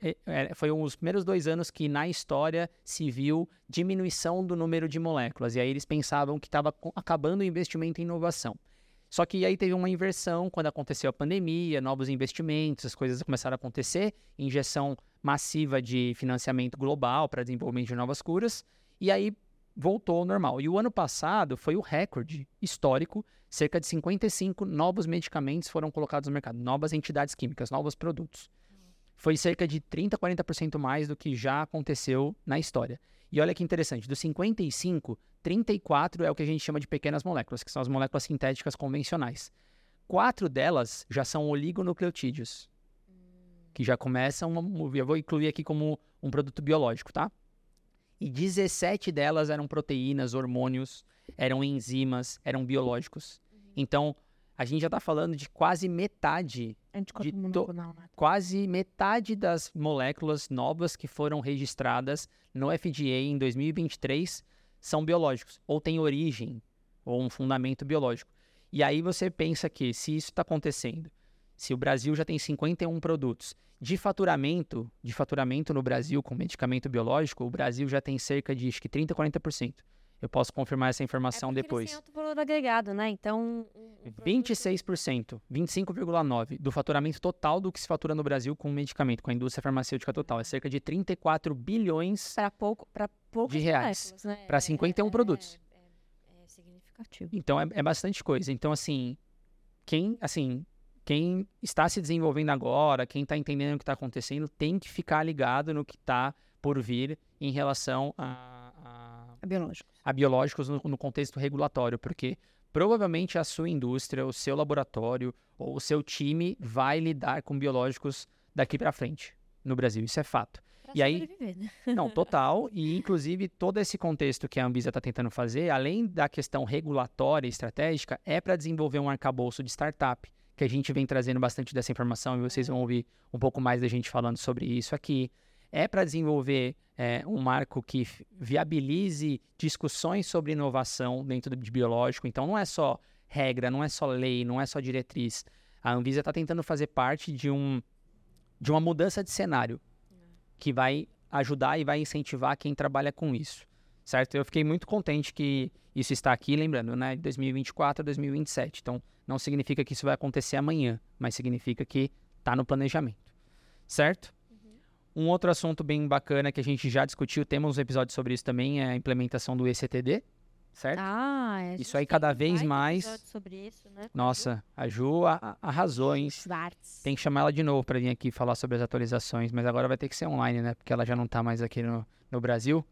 É, foi um dos primeiros dois anos que na história se viu diminuição do número de moléculas. E aí eles pensavam que estava acabando o investimento em inovação. Só que aí teve uma inversão quando aconteceu a pandemia, novos investimentos, as coisas começaram a acontecer, injeção massiva de financiamento global para desenvolvimento de novas curas, e aí voltou ao normal. E o ano passado foi o recorde histórico, cerca de cinquenta e cinco novos medicamentos foram colocados no mercado, novas entidades químicas, novos produtos. Foi cerca de trinta, quarenta por cento mais do que já aconteceu na história. E olha que interessante, dos cinquenta e cinco, trinta e quatro é o que a gente chama de pequenas moléculas, que são as moléculas sintéticas convencionais. Quatro delas já são oligonucleotídeos, que já começam, eu vou incluir aqui como um produto biológico, tá? E dezessete delas eram proteínas, hormônios, eram enzimas, eram biológicos. Então, a gente já está falando de quase metade, de to- quase metade das moléculas novas que foram registradas no F D A em dois mil e vinte e três são biológicos, ou têm origem, ou um fundamento biológico. E aí você pensa que, se isso está acontecendo, se o Brasil já tem cinquenta e um produtos de faturamento, de faturamento no Brasil com medicamento biológico, o Brasil já tem cerca de, acho que trinta, quarenta por cento. Eu posso confirmar essa informação é porque depois. eles têm alto valor agregado, né? Então... o produto- vinte e seis por cento, vinte e cinco vírgula nove por cento do faturamento total do que se fatura no Brasil com medicamento, com a indústria farmacêutica total. É cerca de trinta e quatro bilhões Para pouco, para poucos de reais, moléculas, né? para cinquenta e um É- produtos. É, é- é significativo. Então, é, é bastante coisa. Então, assim, quem, assim, quem está se desenvolvendo agora, quem está entendendo o que está acontecendo, tem que ficar ligado no que está por vir em relação a, a, É biológico. a biológicos no, no contexto regulatório, porque provavelmente a sua indústria, o seu laboratório ou o seu time vai lidar com biológicos daqui para frente no Brasil. Isso é fato. Pra E aí- sobreviver, né? Não, total. E, inclusive, todo esse contexto que a Anvisa está tentando fazer, além da questão regulatória e estratégica, é para desenvolver um arcabouço de startup, que a gente vem trazendo bastante dessa informação e vocês vão ouvir um pouco mais da gente falando sobre isso aqui. É para desenvolver é, um marco que f- viabilize discussões sobre inovação dentro do- de biológico. Então, não é só regra, não é só lei, não é só diretriz. A Anvisa está tentando fazer parte de, um, de uma mudança de cenário que vai ajudar e vai incentivar quem trabalha com isso, certo? Eu fiquei muito contente que isso está aqui, lembrando, né, de dois mil e vinte e quatro a dois mil e vinte e sete. Então, não significa que isso vai acontecer amanhã, mas significa que está no planejamento, certo? Um outro assunto bem bacana que a gente já discutiu, temos um episódio sobre isso também, é a implementação do E C T D, certo? Ah, é, a Isso gente aí tem cada um vez baita mais- episódio sobre isso, né? Nossa, a Ju a- a- arrasou, hein? Schwartz. Tem que chamar ela de novo para vir aqui falar sobre as atualizações, mas agora vai ter que ser online, né? Porque ela já não tá mais aqui no, no Brasil.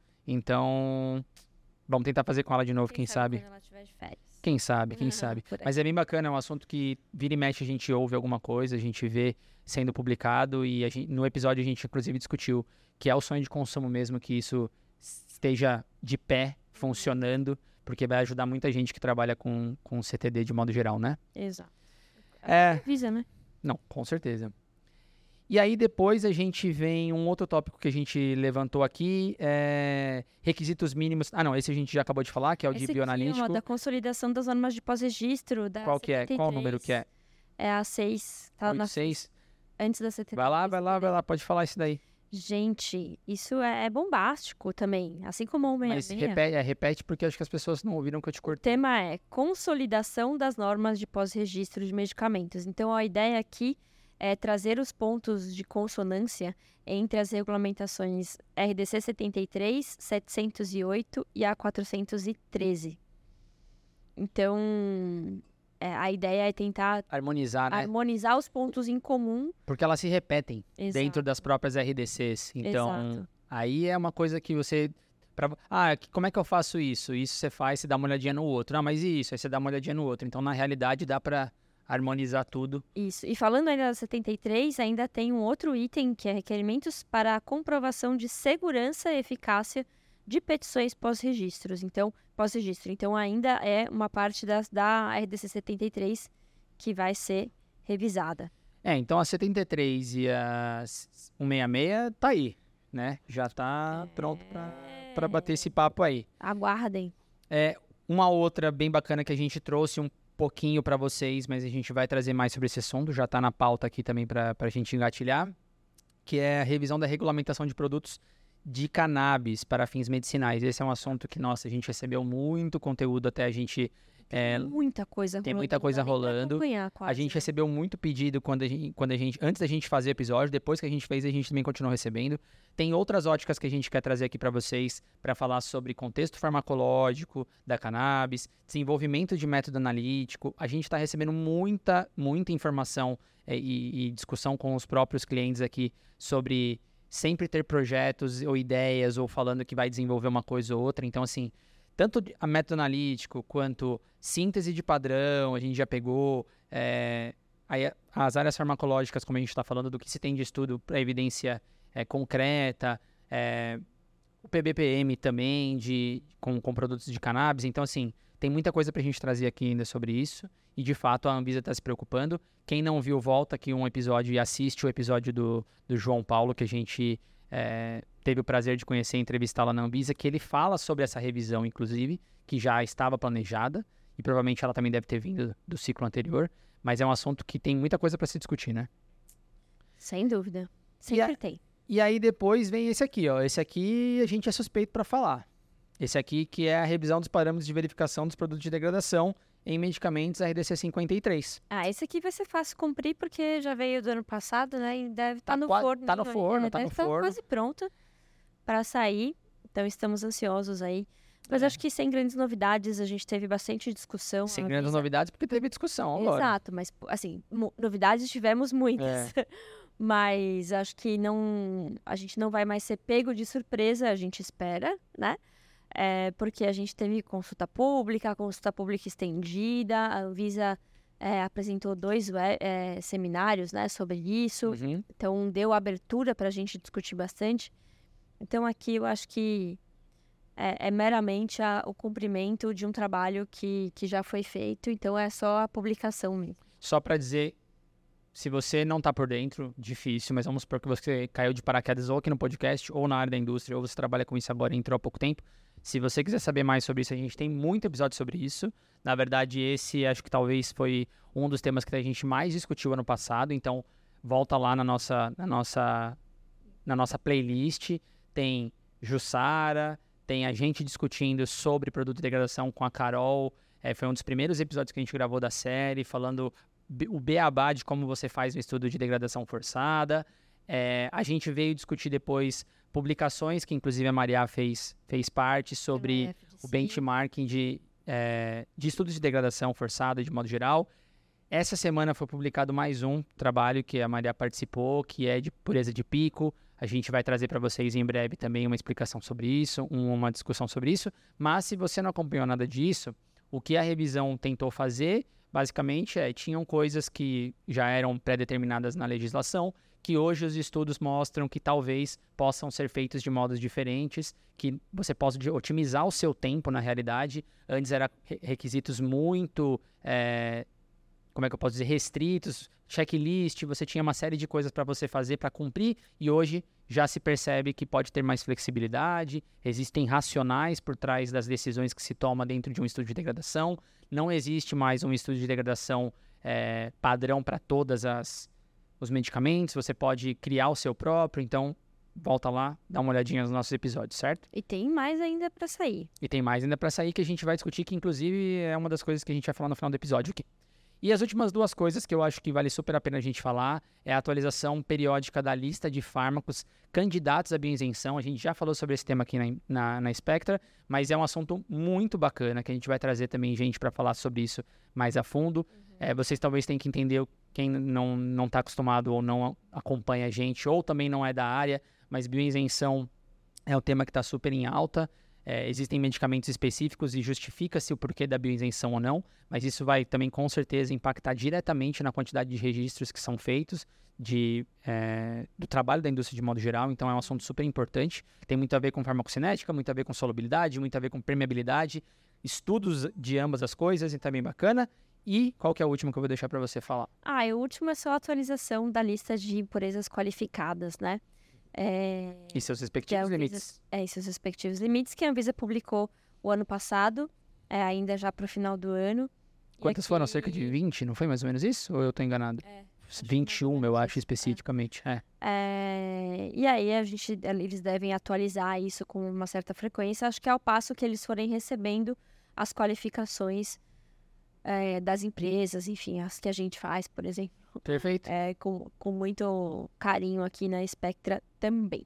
Então, vamos tentar fazer com ela de novo, quem, sabe. Quando ela estiver de férias. Quem sabe, quem sabe. Por aí. Mas é bem bacana, é um assunto que vira e mexe a gente ouve alguma coisa, a gente vê sendo publicado e a gente- no episódio a gente inclusive discutiu que é o sonho de consumo mesmo, que isso esteja de pé, funcionando, porque vai ajudar muita gente que trabalha com, com C T D de modo geral, né? Exato. É. Avisa, né? Não, com certeza. E aí depois a gente vem um outro tópico que a gente levantou aqui, é requisitos mínimos. Ah, não, esse a gente já acabou de falar, que é o de Esse aqui, bioanalítico. ó, da consolidação das normas de pós-registro. Da Qual que é? Qual o número que é? É a seis. Tá na, oito seis? antes da setenta e três. Vai lá, vai lá, vai lá, pode falar isso daí. Gente, isso é, é bombástico também. Assim como o Mas sessenta e seis. repete, é, repete porque acho que as pessoas não ouviram que eu te O cortei. tema é consolidação das normas de pós-registro de medicamentos. Então, a ideia aqui é trazer os pontos de consonância entre as regulamentações R D C setenta e três, setecentos e oito e a quatrocentos e treze. Então, é, a ideia é tentar Harmonizar, né? harmonizar os pontos em comum. Porque elas se repetem dentro Exato. das próprias R D Cs. Então, Exato. aí é uma coisa que você... Pra, ah, que- como é que eu faço isso? Isso você faz, você dá uma olhadinha no outro. Ah, mas e isso? Aí você dá uma olhadinha no outro. Então, na realidade, dá pra harmonizar tudo. Isso. E falando ainda da setenta e três, ainda tem um outro item que é requerimentos para a comprovação de segurança e eficácia de petições pós-registros. Então, pós-registro. Então, ainda é uma parte das, da R D C setenta e três que vai ser revisada. É, então a setenta e três e a cento e sessenta e seis tá aí, né? Já tá pronto pra, pra bater esse papo aí. Aguardem. É, uma outra bem bacana que a gente trouxe um pouquinho pra vocês, mas a gente vai trazer mais sobre esse assunto, já tá na pauta aqui também pra, pra gente engatilhar, que é a revisão da regulamentação de produtos de cannabis para fins medicinais. Esse é um assunto que, nossa, a gente recebeu muito conteúdo até a gente... é, Muita coisa tem rolando. muita coisa não dá nem pra rolando. acompanhar quase, A gente né? recebeu muito pedido quando a, gente, quando a gente, antes da gente fazer o episódio, depois que a gente fez, a gente também continuou recebendo. Tem outras óticas que a gente quer trazer aqui para vocês, para falar sobre contexto farmacológico da cannabis, desenvolvimento de método analítico. A gente está recebendo muita, muita informação é, e, e discussão com os próprios clientes aqui sobre sempre ter projetos ou ideias ou falando que vai desenvolver uma coisa ou outra. Então, assim, tanto a método analítico quanto síntese de padrão, a gente já pegou. É, aí as áreas farmacológicas, como a gente está falando, do que se tem de estudo para evidência é, concreta, é, o P B P M também, de, com, com produtos de cannabis. Então, assim, tem muita coisa para a gente trazer aqui ainda sobre isso. E, de fato, a Anvisa está se preocupando. Quem não viu, volta aqui um episódio e assiste o episódio do, do João Paulo, que a gente é, teve o prazer de conhecer e entrevistar lá na Anvisa, que ele fala sobre essa revisão, inclusive, que já estava planejada. E provavelmente ela também deve ter vindo do ciclo anterior. Mas é um assunto que tem muita coisa para se discutir, né? Sem dúvida. Sempre a- tem. E aí depois vem esse aqui, ó. Esse aqui a gente é suspeito para falar. Esse aqui que é a revisão dos parâmetros de verificação dos produtos de degradação em medicamentos R D C cinquenta e três. Ah, esse aqui vai ser fácil cumprir, porque já veio do ano passado, né? E deve estar tá no qua- forno. tá no né? forno, É, tá no deve tá forno. quase pronto para sair. Então, estamos ansiosos aí. Mas É. acho que sem grandes novidades, a gente teve bastante discussão. Sem a grandes Anvisa- novidades, porque teve discussão agora. Exato, mas, assim, mo- novidades tivemos muitas. É. Mas acho que não, a gente não vai mais ser pego de surpresa, a gente espera, né? É, porque a gente teve consulta pública, consulta pública estendida, a Anvisa é, apresentou dois we- é, seminários, né, sobre isso, Uhum. então deu abertura para a gente discutir bastante. Então aqui eu acho que é, é meramente a- o cumprimento de um trabalho que, que já foi feito, então é só a publicação mesmo. Só para dizer, se você não tá por dentro, difícil, mas vamos supor que você caiu de paraquedas ou aqui no podcast, ou na área da indústria, ou você trabalha com isso agora e entrou há pouco tempo. Se você quiser saber mais sobre isso, a gente tem muito episódio sobre isso. Na verdade, esse acho que talvez foi um dos temas que a gente mais discutiu ano passado. Então, volta lá na nossa, na nossa, na nossa playlist. Tem Jussara, tem a gente discutindo sobre produto de degradação com a Carol. É, foi um dos primeiros episódios que a gente gravou da série, falando b- o beabá de como você faz um estudo de degradação forçada. É, a gente veio discutir depois publicações, que inclusive a Maria fez, fez parte, sobre o benchmarking de, é, de estudos de degradação forçada, de modo geral. Essa semana foi publicado mais um trabalho que a Maria participou, que é de pureza de pico. A gente vai trazer para vocês em breve também uma explicação sobre isso, um- uma discussão sobre isso. Mas se você não acompanhou nada disso, o que a revisão tentou fazer, basicamente, é tinham coisas que já eram pré-determinadas na legislação, que hoje os estudos mostram que talvez possam ser feitos de modos diferentes, que você possa de- otimizar o seu tempo na realidade. Antes eram re- requisitos muito, é, como é que eu posso dizer, restritos, checklist, você tinha uma série de coisas para você fazer para cumprir, e hoje já se percebe que pode ter mais flexibilidade, existem racionais por trás das decisões que se toma dentro de um estudo de degradação, não existe mais um estudo de degradação é, padrão para todas as os medicamentos, você pode criar o seu próprio, então volta lá, dá uma olhadinha nos nossos episódios, certo? E tem mais ainda para sair. E tem mais ainda para sair que a gente vai discutir, que inclusive é uma das coisas que a gente vai falar no final do episódio aqui. E as últimas duas coisas que eu acho que vale super a pena a gente falar é a atualização periódica da lista de fármacos candidatos à bioisenção. A gente já falou sobre esse tema aqui na, na, na Spectra, mas é um assunto muito bacana que a gente vai trazer também gente para falar sobre isso mais a fundo. Uhum. É, vocês talvez tenham que entender, quem não não está acostumado ou não acompanha a gente, ou também não é da área, mas bioisenção é um tema que está super em alta. É, existem medicamentos específicos e justifica-se o porquê da bioisenção ou não, mas isso vai também com certeza impactar diretamente na quantidade de registros que são feitos de, é, do trabalho da indústria de modo geral, então é um assunto super importante. Tem muito a ver com farmacocinética, muito a ver com solubilidade, muito a ver com permeabilidade, estudos de ambas as coisas, então é bem bacana. E qual que é o último que eu vou deixar para você falar? Ah, e o último é só a atualização da lista de impurezas qualificadas, né? É... E seus respectivos Anvisa, limites. É, e seus respectivos limites, que a Anvisa publicou o ano passado, é, ainda já para o final do ano. Quantas aqui... foram? Cerca de vinte, não foi mais ou menos isso? Ou eu estou enganado? É, vinte e um, eu acho, especificamente. É. É, e aí a gente, eles devem atualizar isso com uma certa frequência. Acho que é ao passo que eles forem recebendo as qualificações é, das empresas, enfim, as que a gente faz, por exemplo. Perfeito. É, com, com muito carinho aqui na Spectra também.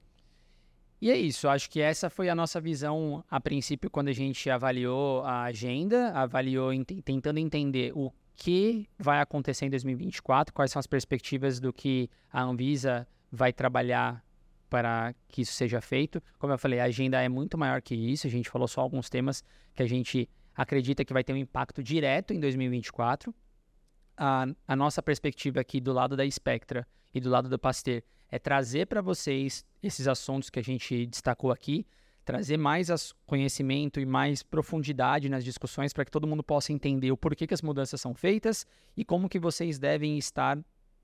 E é isso, acho que essa foi a nossa visão a princípio quando a gente avaliou a agenda, avaliou ent- tentando entender o que vai acontecer em dois mil e vinte e quatro, quais são as perspectivas do que a Anvisa vai trabalhar para que isso seja feito. Como eu falei, a agenda é muito maior que isso, a gente falou só alguns temas que a gente acredita que vai ter um impacto direto em dois mil e vinte e quatro. A, a nossa perspectiva aqui do lado da Spectra e do lado do Pasteur é trazer para vocês esses assuntos que a gente destacou aqui, trazer mais as conhecimento e mais profundidade nas discussões para que todo mundo possa entender o porquê que as mudanças são feitas e como que vocês devem estar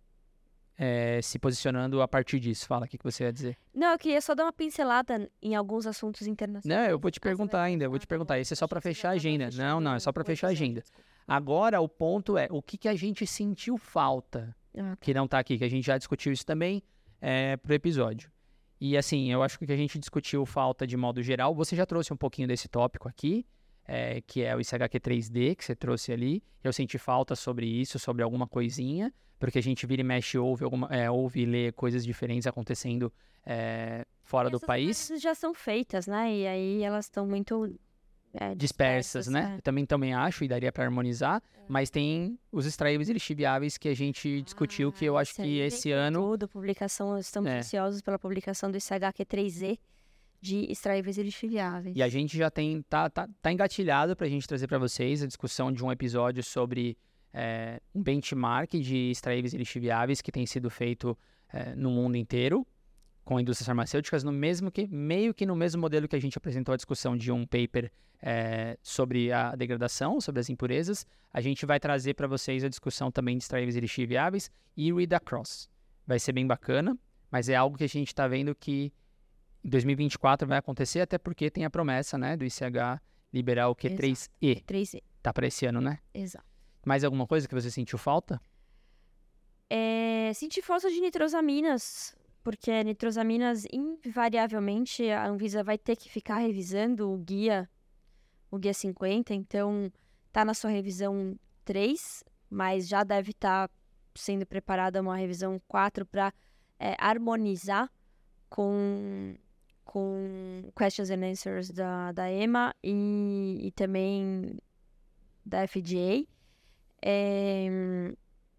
é, se posicionando a partir disso. Fala, o que, que você ia dizer? Não, eu queria só dar uma pincelada em alguns assuntos internacionais. Não, eu vou te Ah, você perguntar vai ainda, eu vou falar? te perguntar. Esse é só para Achei que você fechar a já tava agenda. Não, não, é só para fechando fechar a o episódio, agenda. desculpa. Agora, o ponto é, o que, que a gente sentiu falta Ah, que não está aqui, que a gente já discutiu isso também é, pro episódio. E assim, eu acho que o que a gente discutiu falta de modo geral, você já trouxe um pouquinho desse tópico aqui, é, que é o I C H Q três D, que você trouxe ali. Eu senti falta sobre isso, sobre alguma coisinha, porque a gente vira e mexe, ouve, alguma, é, ouve e lê coisas diferentes acontecendo é, fora E do essas país. análises já são feitas, né? E aí elas estão muito é, dispersas, dispersas, né? é. Eu também, também acho, e daria para harmonizar, mas tem os extraíveis e lixiviáveis que a gente discutiu, que eu Ah, acho esse que aí vem esse com ano... tudo, publicação, estamos É. ansiosos pela publicação do I C H Q três Z de extraíveis e lixiviáveis. E a gente já tem, tá, tá, tá engatilhado para a gente trazer para vocês a discussão de um episódio sobre é, um benchmark de extraíveis e lixiviáveis que tem sido feito é, no mundo inteiro, com indústrias farmacêuticas, no mesmo que, meio que no mesmo modelo que a gente apresentou a discussão de um paper é, sobre a degradação, sobre as impurezas, a gente vai trazer para vocês a discussão também de extraíveis e lixiviáveis e read across. Vai ser bem bacana, mas é algo que a gente está vendo que em dois mil e vinte e quatro vai acontecer, até porque tem a promessa, né, do I C H liberar o Q três E. três Z, Tá para esse ano, né? exato. Mais alguma coisa que você sentiu falta? É, senti falta de nitrosaminas, porque nitrosaminas, invariavelmente, a Anvisa vai ter que ficar revisando o guia, o guia cinquenta, então tá na sua revisão três, mas já deve estar sendo preparada uma revisão quatro para é, harmonizar com, com questions and answers da, da E M A e, e também da F D A. É,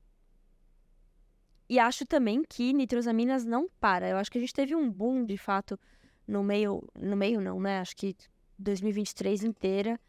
e acho também que nitrosaminas não para. Eu acho que a gente teve um boom, de fato, no meio... No meio não, né? Acho que dois mil e vinte e três inteira.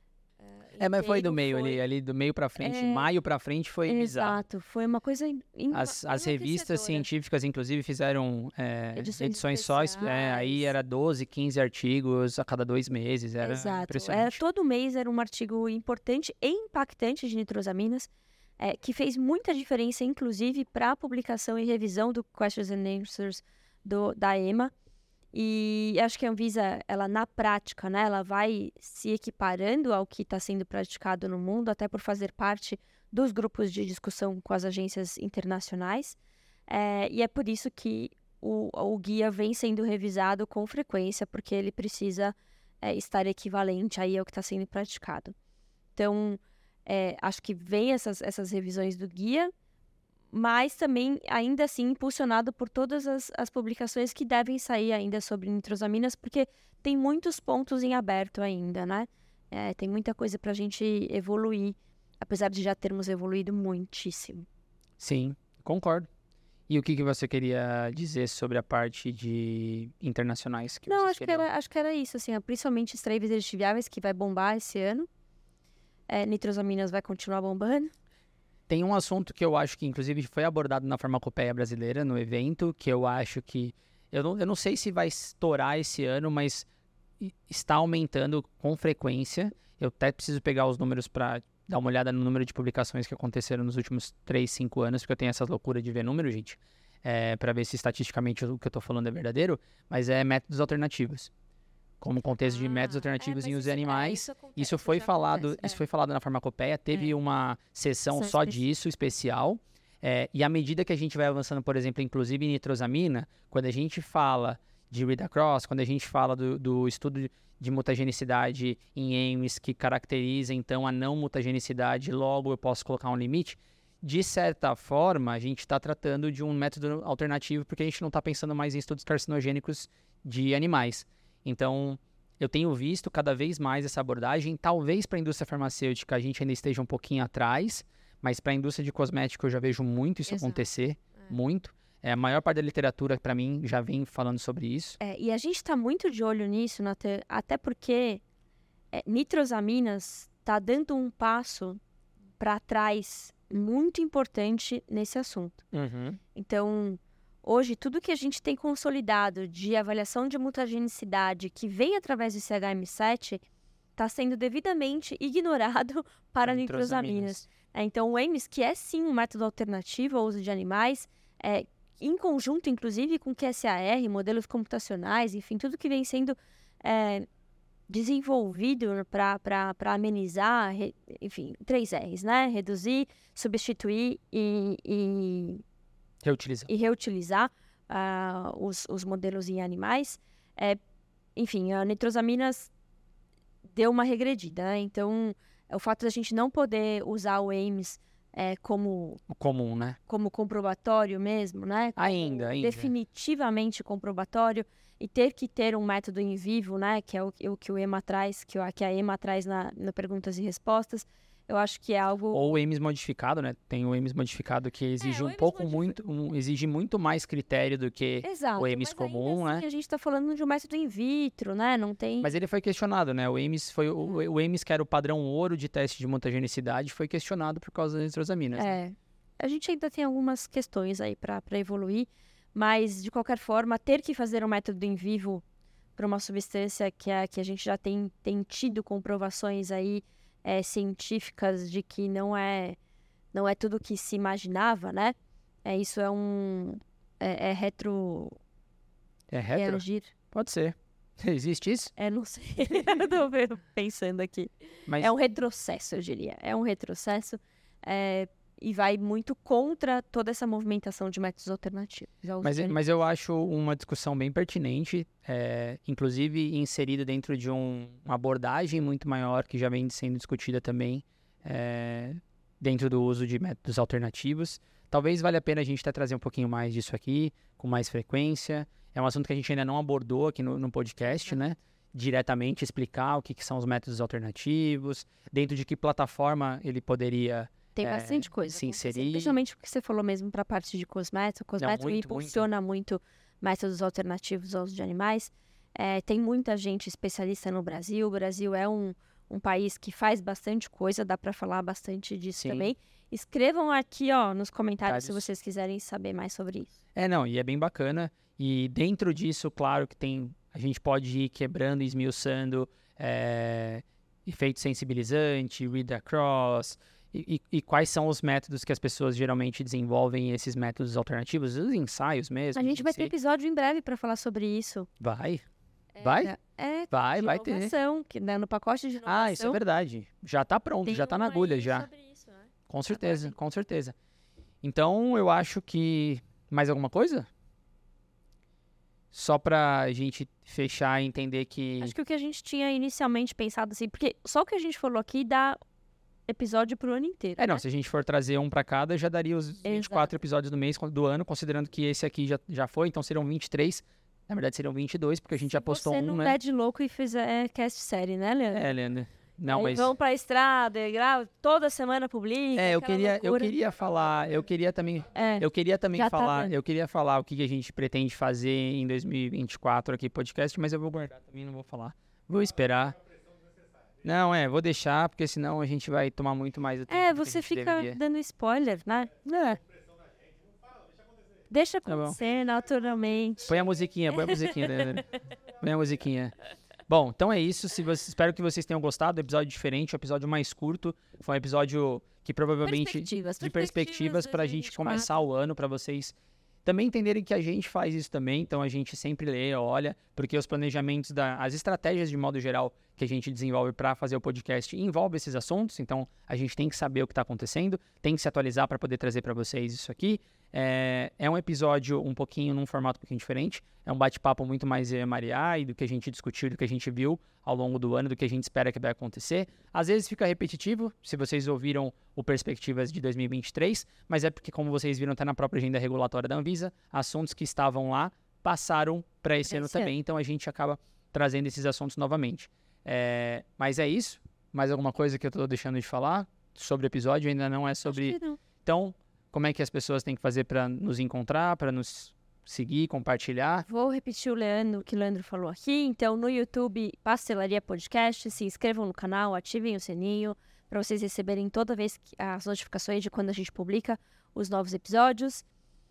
É, mas foi do inteiro meio foi- ali, ali do meio para frente, É, maio para frente foi bizarro. Exato. Foi uma coisa in, in, As, as revistas enlouquecedora. científicas, inclusive, fizeram é, Edições edições só, es- é, aí especiais. era doze, quinze artigos a cada dois meses, era Exato. Era, impressionante. todo mês era um artigo importante e impactante de nitrosaminas, é, que fez muita diferença, inclusive, para a publicação e revisão do Questions and Answers do, da E M A. E acho que a Anvisa, ela na prática, né, ela vai se equiparando ao que está sendo praticado no mundo, até por fazer parte dos grupos de discussão com as agências internacionais. É, e é por isso que o, o guia vem sendo revisado com frequência, porque ele precisa é, estar equivalente aí ao que está sendo praticado. Então, é, acho que vem essas, essas revisões do guia, mas também, ainda assim, impulsionado por todas as, as publicações que devem sair ainda sobre nitrosaminas, porque tem muitos pontos em aberto ainda, né? É, tem muita coisa para a gente evoluir, apesar de já termos evoluído muitíssimo. Sim, concordo. E o que, que você queria dizer sobre a parte de internacionais? Que Não, vocês acho que, queriam? era, acho que era isso, assim, ó, principalmente extraíveis e lixiviáveis, que vai bombar esse ano. É, nitrosaminas vai continuar bombando. Tem um assunto que eu acho que, inclusive, foi abordado na farmacopeia brasileira, no evento, que eu acho que... Eu não, eu não sei se vai estourar esse ano, mas i- está aumentando com frequência. Eu até preciso pegar os números para dar uma olhada no número de publicações que aconteceram nos últimos três, cinco anos, porque eu tenho essa loucura de ver número, gente, é, para ver se estatisticamente o que eu estou falando é verdadeiro, mas é métodos alternativos. Como contexto de métodos alternativos em usos animais. Isso foi falado, isso foi falado na farmacopeia, teve É. uma sessão Sessão só específica. disso, especial. É, e à medida que a gente vai avançando, por exemplo, inclusive em nitrosamina, quando a gente fala de read across, quando a gente fala do, do estudo de- de mutagenicidade em E M S que caracteriza então a não mutagenicidade, logo eu posso colocar um limite, de certa forma a gente está tratando de um método alternativo porque a gente não está pensando mais em estudos carcinogênicos de animais. Então, eu tenho visto cada vez mais essa abordagem. Talvez para a indústria farmacêutica a gente ainda esteja um pouquinho atrás, mas para a indústria de cosméticos eu já vejo muito isso Exato. acontecer, muito. É, a maior parte da literatura, para mim, já vem falando sobre isso. É, e a gente está muito de olho nisso, Nathan, até porque é, nitrosaminas está dando um passo para trás muito importante nesse assunto. Então, hoje, tudo que a gente tem consolidado de avaliação de mutagenicidade que vem através do C H M sete está sendo devidamente ignorado para nitrosaminas. É, então, o E M S, que é sim um método alternativo ao uso de animais, é, em conjunto, inclusive, com Q S A R, modelos computacionais, enfim, tudo que vem sendo é, desenvolvido para amenizar, re- enfim, três R's, né? Reduzir, substituir e, e Reutilizar. e reutilizar, uh, os, os modelos em animais, é, enfim, a nitrosaminas deu uma regredida, né? Então, o fato da gente não poder usar o Ames é, como... O comum, né? Como comprobatório mesmo, né? Como Ainda, ainda. Definitivamente comprobatório e ter que ter um método em vivo, né? Que é o, o que o EMA traz, que, o, que a EMA traz na, no Perguntas e Respostas. Eu acho que é algo... Ou o Ames modificado, né? Tem o Ames modificado que exige É, o um Ames pouco modifi- muito, um, exige muito mais critério do que Exato, o Ames mas comum, ainda assim, né? a gente está falando de um método in vitro, né? Não tem... Mas ele foi questionado, né? O Ames foi o, o Ames que era o padrão ouro de teste de mutagenicidade, foi questionado por causa das nitrosaminas. Né? É, a gente ainda tem algumas questões aí para evoluir, mas de qualquer forma, ter que fazer um método em vivo para uma substância que, é, que a gente já tem, tem tido comprovações aí é, científicas de que não é, não é tudo que se imaginava, né? É, isso é um... É, é retro... É retro? reagir. Pode ser. Existe isso? É, não sei. Eu tô vendo- pensando aqui. Mas, É um retrocesso, eu diria. É um retrocesso é, e vai muito contra toda essa movimentação de métodos alternativos. ao uso mas, de mas eu acho uma discussão bem pertinente, é, inclusive inserida dentro de um, uma abordagem muito maior que já vem sendo discutida também é, dentro do uso de métodos alternativos. Talvez valha a pena a gente até trazer um pouquinho mais disso aqui, com mais frequência. É um assunto que a gente ainda não abordou aqui no, no podcast, né? Diretamente explicar o que, que são os métodos alternativos, dentro de que plataforma ele poderia Tem é, bastante coisa. se acontecer, inserir. Principalmente o que você falou mesmo para a parte de cosméticos. O cosmético muito, impulsiona muito. métodos alternativos ao uso de animais. É, tem muita gente especialista no Brasil. O Brasil é um, um país que faz bastante coisa, dá para falar bastante disso Sim. também. Escrevam aqui ó, nos comentários se Comentários. vocês quiserem saber mais sobre isso. É, não, e é bem bacana. E dentro disso, claro que tem, a gente pode ir quebrando e esmiuçando é, efeito sensibilizante, read across, e, e, e quais são os métodos que as pessoas geralmente desenvolvem esses métodos alternativos, os ensaios mesmo. A gente vai em ter si. episódio em breve para falar sobre isso. Vai? Vai? É, é Vai, de vai ter. inovação, que né, no pacote de inovação. Ah, isso é verdade. Já tá pronto, tem já tá um na agulha aí já. sobre isso, né? Com certeza, Aguardem. com certeza. Então, eu acho que... Mais alguma coisa? Só pra gente fechar e entender que... Acho que o que a gente tinha inicialmente pensado assim, porque só o que a gente falou aqui dá episódio pro ano inteiro. É, não, né? se a gente for trazer um pra cada, já daria os vinte e quatro Exato. episódios do mês, do ano, considerando que esse aqui já, já foi, então seriam vinte e três. Na verdade, seriam vinte e dois, porque a gente já postou Você um, não né? der de louco e fizer cast série, né, Leandro? É, Leandro. Não, Aí mas... vão pra estrada, e grava, toda semana publica. É, eu aquela queria, eu loucura. queria falar, eu queria também... É, Eu queria também Já tá falar, dando. eu queria falar o que que a gente pretende fazer em dois mil e vinte e quatro aqui podcast, mas eu vou guardar também, não vou falar. Vou esperar. Não, é, vou deixar, porque senão a gente vai tomar muito mais do tempo. é do que a você gente fica deveria. dando spoiler, né? É, Deixa Tá bom. acontecer naturalmente. põe a musiquinha, põe a musiquinha, Leandro. Põe a musiquinha. Bom, então é isso. Se você, espero que vocês tenham gostado. Episódio diferente, um episódio mais curto. Foi um episódio que provavelmente Perspectivas, de perspectivas para a gente começar o ano, para vocês também entenderem que a gente faz isso também. Então a gente sempre lê, olha, porque os planejamentos, da, as estratégias de modo geral que a gente desenvolve para fazer o podcast envolve esses assuntos. Então a gente tem que saber o que está acontecendo, tem que se atualizar para poder trazer para vocês isso aqui. É, é um episódio um pouquinho num formato um pouquinho diferente. É um bate-papo muito mais eu e a Maria, e do que a gente discutiu, do que a gente viu ao longo do ano, do que a gente espera que vai acontecer. Às vezes fica repetitivo, se vocês ouviram o Perspectivas de dois mil e vinte e três, mas é porque, como vocês viram, está na própria agenda regulatória da Anvisa, assuntos que estavam lá passaram para esse Pra ano esse ano. também, então a gente acaba trazendo esses assuntos novamente. É, mas é isso. Mais alguma coisa que eu estou deixando de falar sobre o episódio? Ainda não é sobre... Acho que não. Então, como é que as pessoas têm que fazer para nos encontrar, para nos seguir, compartilhar? Vou repetir o Leandro, o que o Leandro falou aqui. Então, no YouTube, Pastelaria Podcast, se inscrevam no canal, ativem o sininho para vocês receberem toda vez que, as notificações de quando a gente publica os novos episódios.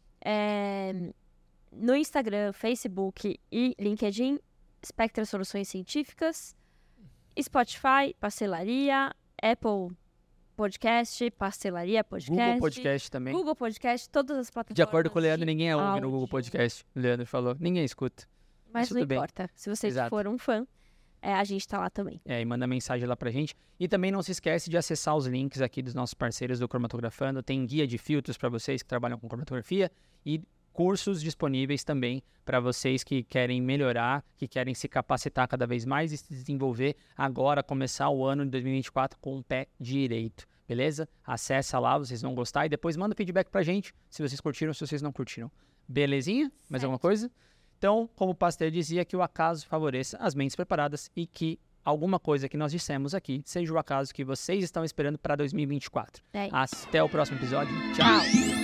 É, no Instagram, Facebook e LinkedIn, Spectra Soluções Científicas, Spotify, Pastelaria, Apple Podcast, Pastelaria Podcast, Google Podcast também. Google Podcast, todas as plataformas. De acordo com o Leandro, de ninguém ouve no áudio. Google Podcast. O Leandro falou, ninguém escuta. Mas Isso não tudo bem. importa. Se você Exato. for um fã, é, a gente tá lá também. É, e manda mensagem lá pra gente. E também não se esquece de acessar os links aqui dos nossos parceiros do Cromatografando. Tem guia de filtros para vocês que trabalham com cromatografia. E cursos disponíveis também para vocês que querem melhorar, que querem se capacitar cada vez mais e se desenvolver agora, começar o ano de dois mil e vinte e quatro com o pé direito, beleza? Acessa lá, vocês vão gostar e depois manda feedback pra gente se vocês curtiram, se vocês não curtiram. Belezinha? Mais Certo. alguma coisa? Então, como o Pasteur dizia, que o acaso favoreça as mentes preparadas e que alguma coisa que nós dissemos aqui seja o acaso que vocês estão esperando para dois mil e vinte e quatro. É. Até o próximo episódio. Tchau! Tchau.